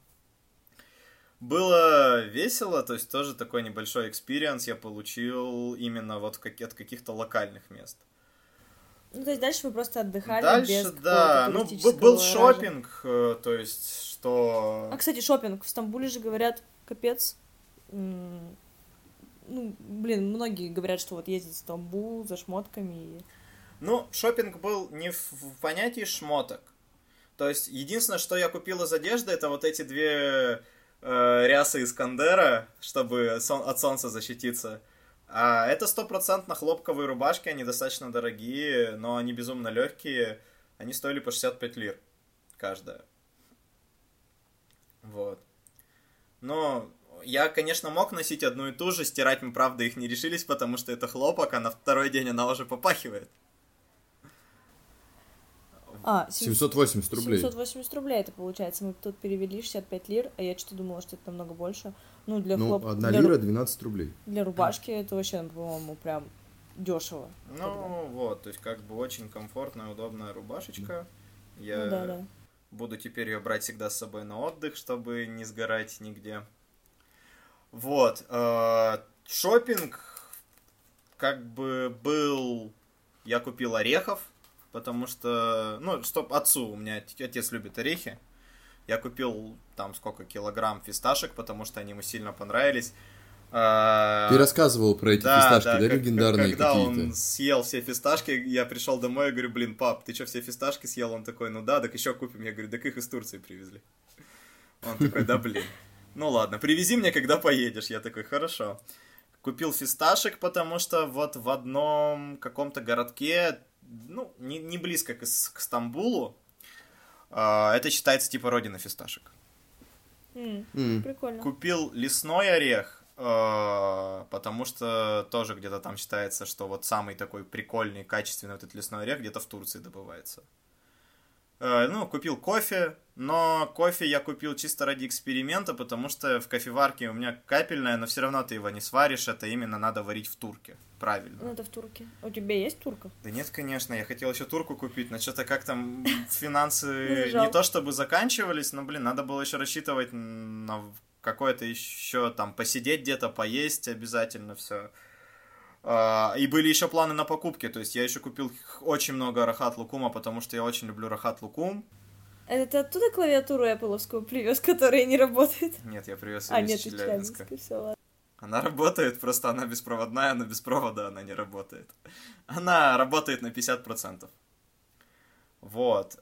Было весело, то есть тоже такой небольшой экспириенс я получил именно вот от каких-то локальных мест. Ну, то есть дальше вы просто отдыхали дальше, без да, ну, был шопинг, то есть, что... А, кстати, шопинг в Стамбуле же, говорят, капец. Ну, блин, многие говорят, что вот ездят в Стамбул за шмотками. И... Ну, шопинг был не в, в понятии шмоток. То есть, единственное, что я купил из одежды, это вот эти две э, рясы Искандера, чтобы сон, от солнца защититься. А это стопроцентно хлопковые рубашки, они достаточно дорогие, но они безумно легкие. Они стоили по шестьдесят пять лир каждая. Вот. Но я, конечно, мог носить одну и ту же, стирать мы, правда, их не решились, потому что это хлопок, а на второй день она уже попахивает. А, семьсот восемьдесят рублей. семьсот восемьдесят рублей это получается. Мы тут перевели шестьдесят пять лир, а я что-то думала, что это намного больше. Ну, для ну, хлоп... одна для... лира двенадцать рублей. Для рубашки это вообще, по-моему, прям дешево. Ну, тогда. вот, то есть как бы очень комфортная, удобная рубашечка. Я ну, да, да. буду теперь ее брать всегда с собой на отдых, чтобы не сгорать нигде. Вот. Э, шопинг как бы был... Я купил орехов, потому что... Ну, стоп, отцу, у меня отец любит орехи. Я купил там сколько килограмм фисташек, потому что они ему сильно понравились. Ты рассказывал про эти да, фисташки, да, да как, легендарные когда какие-то? Когда он съел все фисташки, я пришел домой и говорю, блин, пап, ты что, все фисташки съел? Он такой, ну да, так еще купим. Я говорю, так их из Турции привезли. Он такой, да блин. Ну ладно, привези мне, когда поедешь. Я такой, хорошо. Купил фисташек, потому что вот в одном каком-то городке, ну, не, не близко к, к Стамбулу, это считается типа родина фисташек. Mm, mm. Прикольно. Купил лесной орех, потому что тоже где-то там считается, что вот самый такой прикольный, качественный вот этот лесной орех где-то в Турции добывается. Ну, купил кофе, но кофе я купил чисто ради эксперимента, потому что в кофеварке у меня капельная, но все равно ты его не сваришь, это именно надо варить в турке, правильно. Ну, это в турке. У тебя есть турка? Да нет, конечно, я хотел еще турку купить, но что-то как там финансы не то чтобы заканчивались, но, блин, надо было еще рассчитывать на какое-то еще там посидеть где-то, поесть обязательно все. И были еще планы на покупки, то есть я еще купил очень много рахат лукума, потому что я очень люблю рахат лукум. Это ты оттуда клавиатуру Apple-овскую привез, которая не работает? Нет, я привез ее а, из нет, Челябинска. Все, ладно. Она работает, просто она беспроводная, но без провода она не работает. Она работает на пятьдесят процентов. Вот.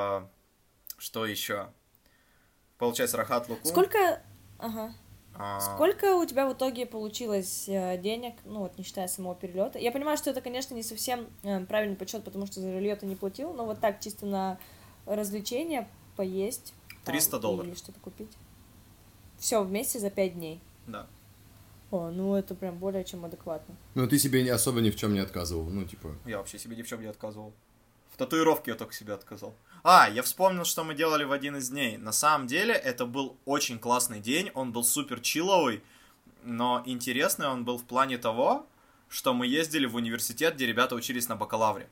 Что еще? Получается, рахат лукум. Сколько... Ага. Сколько у тебя в итоге получилось денег, ну вот не считая самого перелета? Я понимаю, что это, конечно, не совсем правильный подсчет, потому что за жилье ты не платил, но вот так чисто на развлечения поесть. триста долларов. Или что-то купить. Все вместе за пять дней. Да. О, ну это прям более чем адекватно. Ну, ты себе особо ни в чем не отказывал, ну, типа... Я вообще себе ни в чем не отказывал. В татуировке я только себе отказал. А, я вспомнил, что мы делали в один из дней. На самом деле, это был очень классный день, он был супер чилловый, но интересный он был в плане того, что мы ездили в университет, где ребята учились на бакалавре.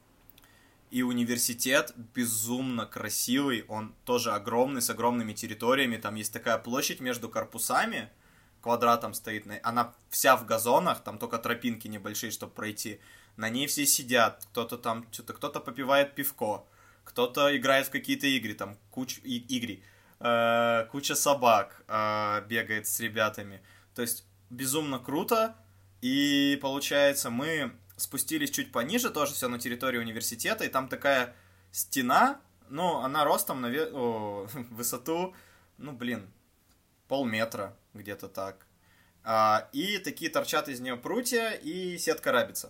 И университет безумно красивый, он тоже огромный, с огромными территориями, там есть такая площадь между корпусами, квадратом стоит, она вся в газонах, там только тропинки небольшие, чтобы пройти. На ней все сидят, кто-то там, что-то, кто-то попивает пивко, кто-то играет в какие-то игры, там куч, и, игры, э, куча собак э, бегает с ребятами. То есть безумно круто, и получается мы спустились чуть пониже, тоже все на территории университета, и там такая стена, ну, она ростом на ве... О, высоту, ну, блин, полметра, где-то так. А, и такие торчат из нее прутья и сетка рабица.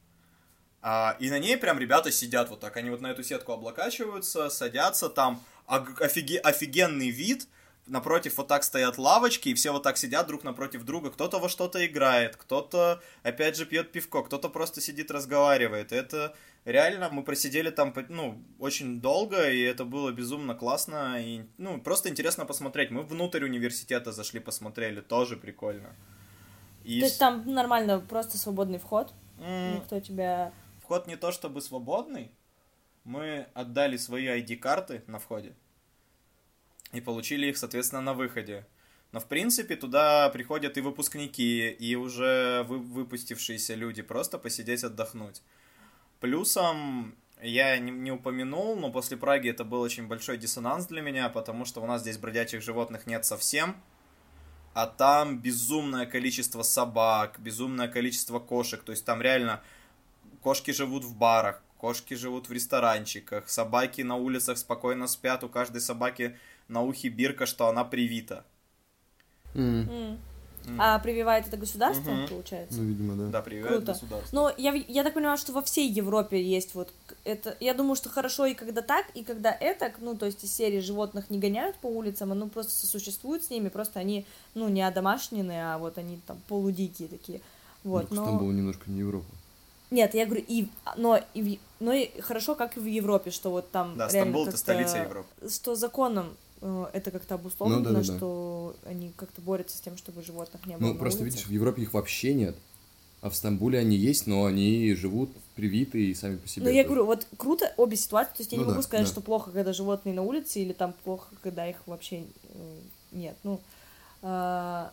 А, и на ней прям ребята сидят вот так. Они вот на эту сетку облокачиваются, садятся. Там офиге- офигенный вид. Напротив вот так стоят лавочки, и все вот так сидят друг напротив друга. Кто-то во что-то играет, кто-то опять же пьет пивко, кто-то просто сидит, разговаривает. Это реально, мы просидели там, ну, очень долго, и это было безумно классно. И, ну, просто интересно посмотреть. Мы внутрь университета зашли, посмотрели, тоже прикольно. И... То есть там нормально, просто свободный вход? Mm. Никто тебя... Вход не то чтобы свободный. Мы отдали свои ай ди-карты на входе. И получили их, соответственно, на выходе. Но, в принципе, туда приходят и выпускники, и уже вы, выпустившиеся люди, просто посидеть, отдохнуть. Плюсом, я не, не упомянул, но после Праги это был очень большой диссонанс для меня, потому что у нас здесь бродячих животных нет совсем, а там безумное количество собак, безумное количество кошек, то есть там реально кошки живут в барах, кошки живут в ресторанчиках, собаки на улицах спокойно спят, у каждой собаки на ухе бирка, что она привита. Mm. Mm. Mm. А прививает это государство, mm-hmm. получается? Ну, видимо, да. Да, прививает Круто. Государство. Но я, я так понимаю, что во всей Европе есть вот это... Я думаю, что хорошо и когда так, и когда это, ну, то есть из серии животных не гоняют по улицам, оно просто сосуществует с ними, просто они, ну, не одомашненные, а вот они там полудикие такие. Вот, ну, но... Стамбул немножко не Европа. Нет, я говорю, и, но, и, но и хорошо, как и в Европе, что вот там да, реально Стамбул — это столица Европы. Что законом э, это как-то обусловлено, ну, да, да, что да. они как-то борются с тем, чтобы животных не было. Ну, просто улицах. видишь, в Европе их вообще нет, а в Стамбуле они есть, но они живут привитые и сами по себе. Ну, я говорю, вот круто обе ситуации, то есть я ну, не могу да, сказать, да. что плохо, когда животные на улице, или там плохо, когда их вообще э, нет. Ну, э,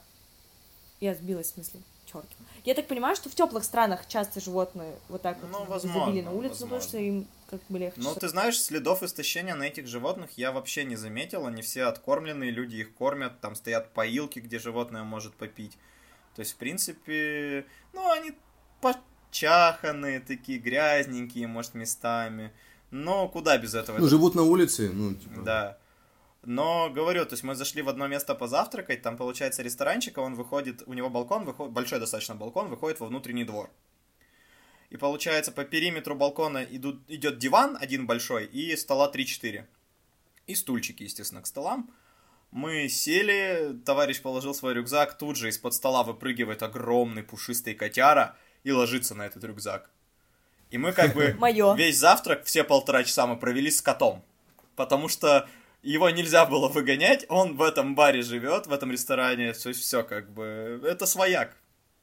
я сбилась в смысле. Черт. Я так понимаю, что в теплых странах часто животные вот так ну, вот возможно, забили на улицу, возможно. потому что им как бы легче. Ну, ты знаешь, следов истощения на этих животных я вообще не заметил. Они все откормленные, люди их кормят, там стоят поилки, где животное может попить. То есть, в принципе, ну, они почаханные, такие грязненькие, может, местами. Но куда без этого? Ну, живут на улице, ну, типа... Да. Но, говорю, то есть мы зашли в одно место позавтракать, там, получается, ресторанчик, а он выходит, у него балкон, выходит, большой достаточно балкон, выходит во внутренний двор. И, получается, по периметру балкона идут, идет диван один большой и стола три-четыре. И стульчики, естественно, к столам. Мы сели, товарищ положил свой рюкзак, тут же из-под стола выпрыгивает огромный пушистый котяра и ложится на этот рюкзак. И мы как бы весь завтрак, все полтора часа мы провели с котом. Потому что... Его нельзя было выгонять, он в этом баре живет, в этом ресторане, то есть все как бы, это свояк.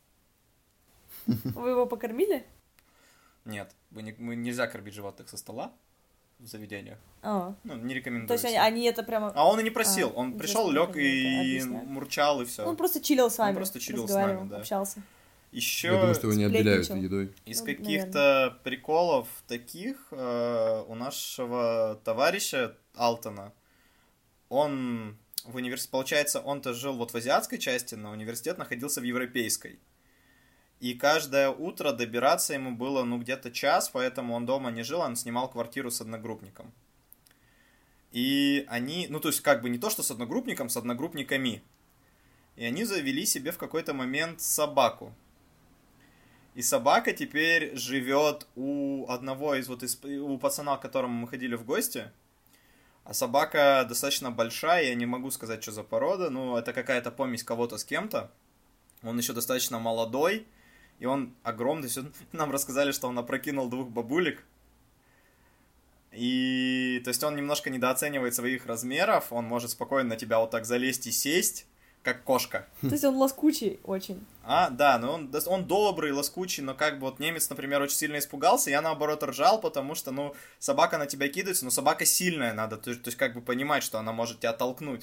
Вы его покормили? Нет, мы не, мы нельзя кормить животных со стола в заведениях. А. Ну, не рекомендую. То есть они, они это прямо... А он и не просил, а, он пришел, лег и объясняю. Мурчал, и все. Он просто чилил с вами, он просто чилил с нами, да. общался. Еще... Я думаю, что его не обделяют едой. Из ну, каких-то наверное. приколов таких э, у нашего товарища Алтона, он в университете, получается, он-то жил вот в азиатской части, но университет находился в европейской. И каждое утро добираться ему было, ну, где-то час, поэтому он дома не жил, он снимал квартиру с одногруппником. И они, ну, то есть, как бы не то, что с одногруппником, с одногруппниками. И они завели себе в какой-то момент собаку. И собака теперь живет у одного из вот, из, у пацана, к которому мы ходили в гости. А собака достаточно большая, я не могу сказать, что за порода, но это какая-то помесь кого-то с кем-то. Он еще достаточно молодой, и он огромный. Нам рассказали, что он опрокинул двух бабулек. И, то есть, он немножко недооценивает своих размеров, он может спокойно на тебя вот так залезть и сесть, как кошка. То есть он лоскучий очень. А, да, но он, он добрый, лоскучий, но как бы вот немец, например, очень сильно испугался, я наоборот ржал, потому что, ну, собака на тебя кидается, но собака сильная, надо, то, то есть как бы понимать, что она может тебя толкнуть.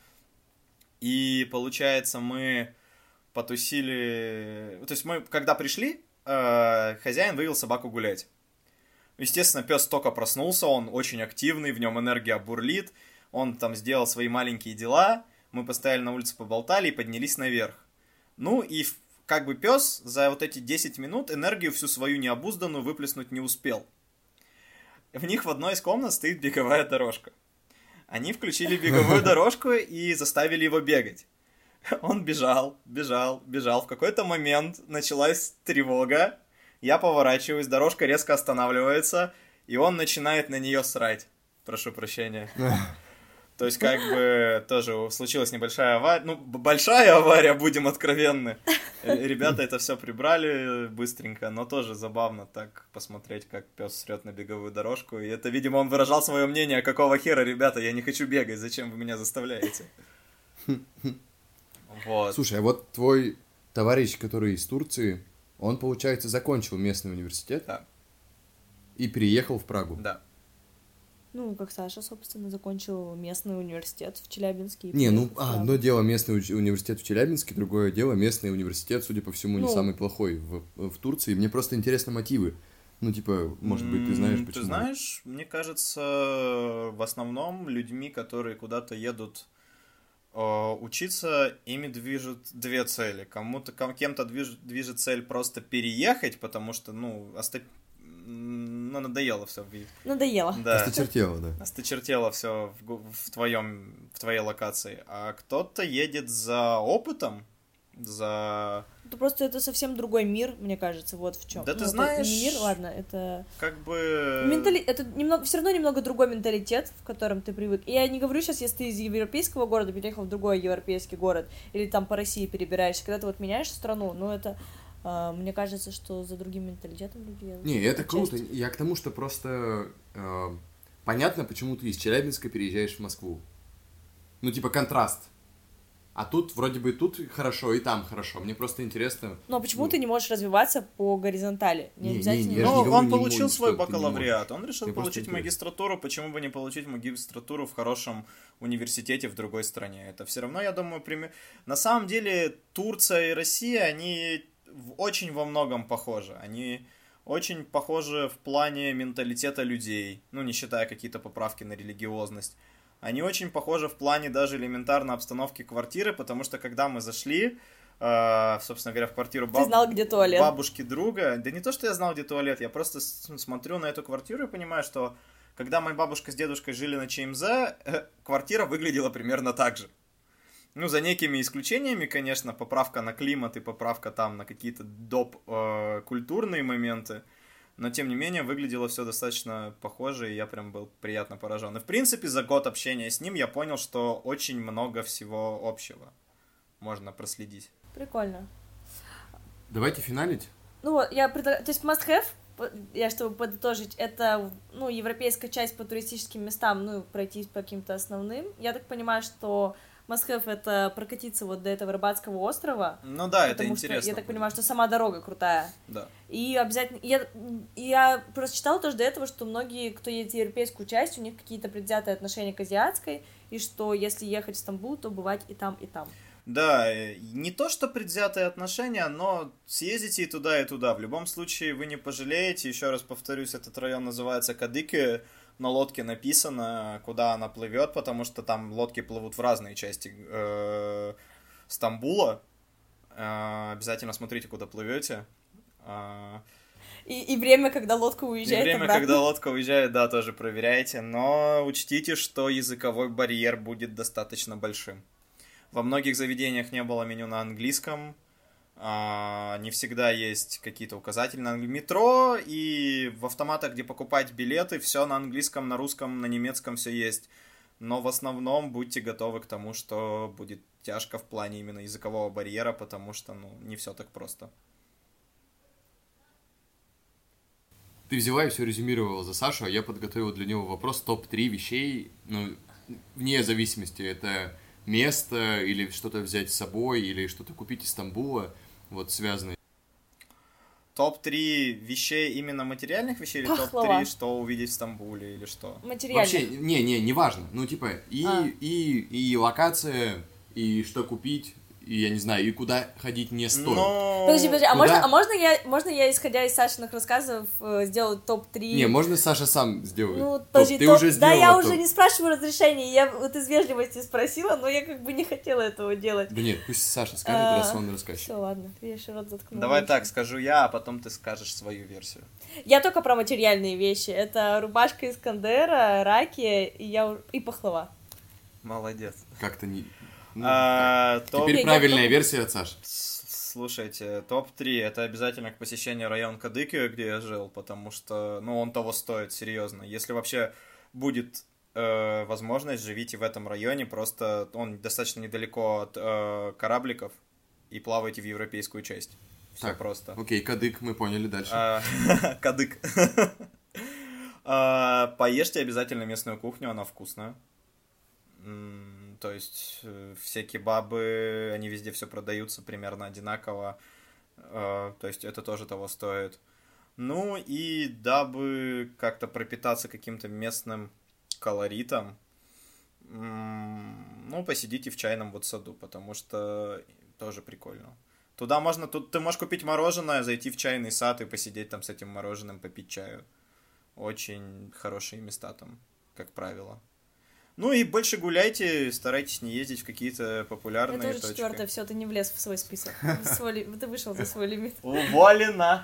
И получается, мы потусили, то есть мы, когда пришли, э, хозяин вывел собаку гулять. Естественно, пес только проснулся, он очень активный, в нем энергия бурлит, он там сделал свои маленькие дела. Мы постояли на улице, поболтали и поднялись наверх. Ну и как бы пес за вот эти десять минут энергию всю свою необузданную выплеснуть не успел. В них в одной из комнат стоит беговая дорожка. Они включили беговую дорожку и заставили его бегать. Он бежал, бежал, бежал. В какой-то момент началась тревога. Я поворачиваюсь, дорожка резко останавливается, и он начинает на нее срать. Прошу прощения. То есть, как бы, тоже случилась небольшая авария. Ну, большая авария, будем откровенны. Ребята это все прибрали быстренько, но тоже забавно так посмотреть, как пес срет на беговую дорожку. И это, видимо, он выражал свое мнение, какого хера, ребята, я не хочу бегать, зачем вы меня заставляете? Вот. Слушай, а вот твой товарищ, который из Турции, он, получается, закончил местный университет? Да. И переехал в Прагу? Да. Ну, как Саша, собственно, закончил местный университет в Челябинске. Не, ну, а, одно дело местный уни- университет в Челябинске, другое дело местный университет, судя по всему, не ну, самый плохой в, в Турции. Мне просто интересны мотивы. Ну, типа, может быть, ты знаешь, почему? Ты знаешь, мне кажется, в основном людьми, которые куда-то едут э, учиться, ими движут две цели. Кому-то, кем-то движет, движет цель просто переехать, потому что, ну, оста... ну, надоело все. Надоело. Да. Осточертело, да. Осточертело все в, в, твоем, в твоей локации. А кто-то едет за опытом, за... Это просто это совсем другой мир, мне кажется, вот в чем. Да ну, ты это знаешь... не мир, ладно, это... Как бы... Ментали... Это немного... все равно немного другой менталитет, в котором ты привык. И я не говорю сейчас, если ты из европейского города переехал в другой европейский город, или там по России перебираешься, когда ты вот меняешь страну, ну это... Uh, мне кажется, что за другим менталитетом люди едут. Не, это круто. Я к тому, что просто э, понятно, почему ты из Челябинска переезжаешь в Москву. Ну, типа, контраст. А тут вроде бы тут хорошо, и там хорошо. Мне просто интересно... Ну, а почему ну... ты не можешь развиваться по горизонтали? Не, не обязательно... Не, не, ну, не он не получил можешь, свой бакалавриат, он решил Мне получить магистратуру, почему бы не получить магистратуру в хорошем университете в другой стране? Это все равно, я думаю, пример... На самом деле, Турция и Россия, они... очень во многом похожи. Они очень похожи в плане менталитета людей, ну, не считая какие-то поправки на религиозность. Они очень похожи в плане даже элементарной обстановки квартиры, потому что когда мы зашли, э, собственно говоря, в квартиру баб... Ты знал, где туалет. бабушки друга, да не то, что я знал, где туалет, я просто смотрю на эту квартиру и понимаю, что когда моя бабушка с дедушкой жили на ЧМЗ, э, квартира выглядела примерно так же. Ну, за некими исключениями, конечно, поправка на климат и поправка там на какие-то доп. Э, культурные моменты, но, тем не менее, выглядело все достаточно похоже, и я прям был приятно поражен. И, в принципе, за год общения с ним я понял, что очень много всего общего можно проследить. Прикольно. Давайте финалить. Ну вот, я предлагаю... То есть must-have, я чтобы подытожить, это, ну, европейская часть по туристическим местам, ну, пройтись по каким-то основным. Я так понимаю, что... Must-have — это прокатиться вот до этого Рыбацкого острова. Ну да, это интересно. Что, я так понимаю, что сама дорога крутая. Да. И обязательно... Я, я просто читала тоже до этого, что многие, кто едет в европейскую часть, у них какие-то предвзятые отношения к азиатской, и что если ехать в Стамбул, то бывать и там, и там. Да, не то что предвзятые отношения, но съездите и туда, и туда. В любом случае вы не пожалеете. Еще раз повторюсь, этот район называется Кадыки. На лодке написано, куда она плывет, потому что там лодки плывут в разные части э, Стамбула. Э, обязательно смотрите, куда плывете. Э, и, и время, когда лодка уезжает И время, обратно. когда лодка уезжает, да, тоже проверяйте. Но учтите, что языковой барьер будет достаточно большим. Во многих заведениях не было меню на английском. А, не всегда есть какие-то указатели на метро, и в автоматах, где покупать билеты, все на английском, на русском, на немецком все есть. Но в основном будьте готовы к тому, что будет тяжко в плане именно языкового барьера, потому что, ну, не все так просто. Ты взяла и все резюмировала за Сашу, а я подготовил для него вопрос топ три вещей, ну, вне зависимости, это место, или что-то взять с собой, или что-то купить из Стамбула, вот, связанные. топ три вещей именно материальных вещей, или Пахлава. топ три, что увидеть в Стамбуле, или что? Материальных. Вообще, не-не, неважно, ну, типа, и, А. и, и локация, и что купить, и, я не знаю, и куда ходить не стоит. Но... Подожди, подожди, а Куда? можно, а можно я, можно я, исходя из Сашиных рассказов, э, сделаю топ три? Не, можно Саша сам сделает. Ну, Топ. подожди, Ты топ- уже да, сделала я топ. уже не спрашиваю разрешения, я вот из вежливости спросила, но я как бы не хотела этого делать. Да нет, пусть Саша скажет, А, раз он рассказчик. Все, ладно, я еще рот заткнула. Давай так, скажу я, а потом ты скажешь свою версию. Я только про материальные вещи. Это рубашка Искандера, раки и, я... у- и пахлава. Молодец. Как-то не... ну, А, топ- Теперь Не, я правильная топ- версия от Саши. С- Слушайте, топ три это обязательно к посещению район Кадыки, где я жил, потому что, ну, он того стоит, серьезно. Если вообще будет э, возможность, живите в этом районе, просто он достаточно недалеко от э, корабликов, и плавайте в европейскую часть. Все Так. просто. Окей, кадык, мы поняли, дальше. А, Кадык. А, Поешьте обязательно местную кухню, она вкусная. М, То есть э, все кебабы, они везде все продаются примерно одинаково. Э, То есть это тоже того стоит. Ну и дабы как-то пропитаться каким-то местным колоритом, м, ну, посидите в чайном вот саду, потому что тоже прикольно. Туда можно, тут ты можешь купить мороженое, зайти в чайный сад и посидеть там с этим мороженым, попить чаю. Очень хорошие места там, как правило. Ну и больше гуляйте, старайтесь не ездить в какие-то популярные Это уже точки. четвертое, все, ты не влез в свой список. В свой ли- Ты вышел за свой лимит. Уволена!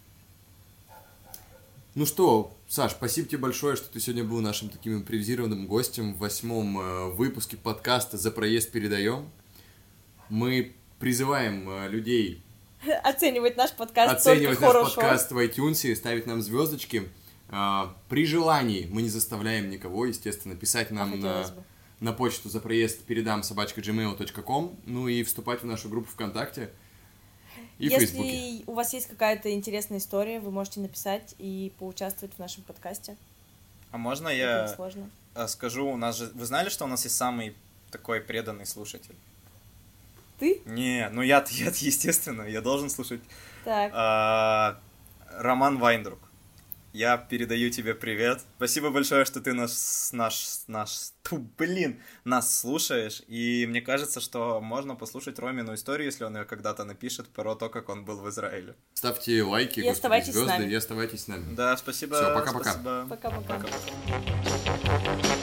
Ну что, Саш, спасибо тебе большое, что ты сегодня был нашим таким импровизированным гостем в восьмом э, выпуске подкаста «За проезд передаем». Мы призываем э, людей Оценивать наш подкаст оценивать только наш хорошо. подкаст в iTunes, ставить нам звездочки. А, при желании, мы не заставляем никого, естественно, писать А нам на, хотелось бы. на почту за проезд передам собачка джимейл точка ком, ну и вступать в нашу группу ВКонтакте и в Фейсбуке. Если у вас есть какая-то интересная история, вы можете написать и поучаствовать в нашем подкасте. А можно Это не я сложно. э, скажу, у нас же... Вы знали, что у нас есть самый такой преданный слушатель? Ты? Не, ну я, я естественно, я должен слушать. Так. А, Роман Вайндрук, я передаю тебе привет. Спасибо большое, что ты нас, наш, наш, ту, блин, нас слушаешь. И мне кажется, что можно послушать Ромину историю, если он ее когда-то напишет, про то, как он был в Израиле. Ставьте лайки, И господи, оставайтесь с звезды, нами. и оставайтесь с нами. Да, спасибо. Всё, пока-пока. спасибо. Пока-пока. Пока-пока.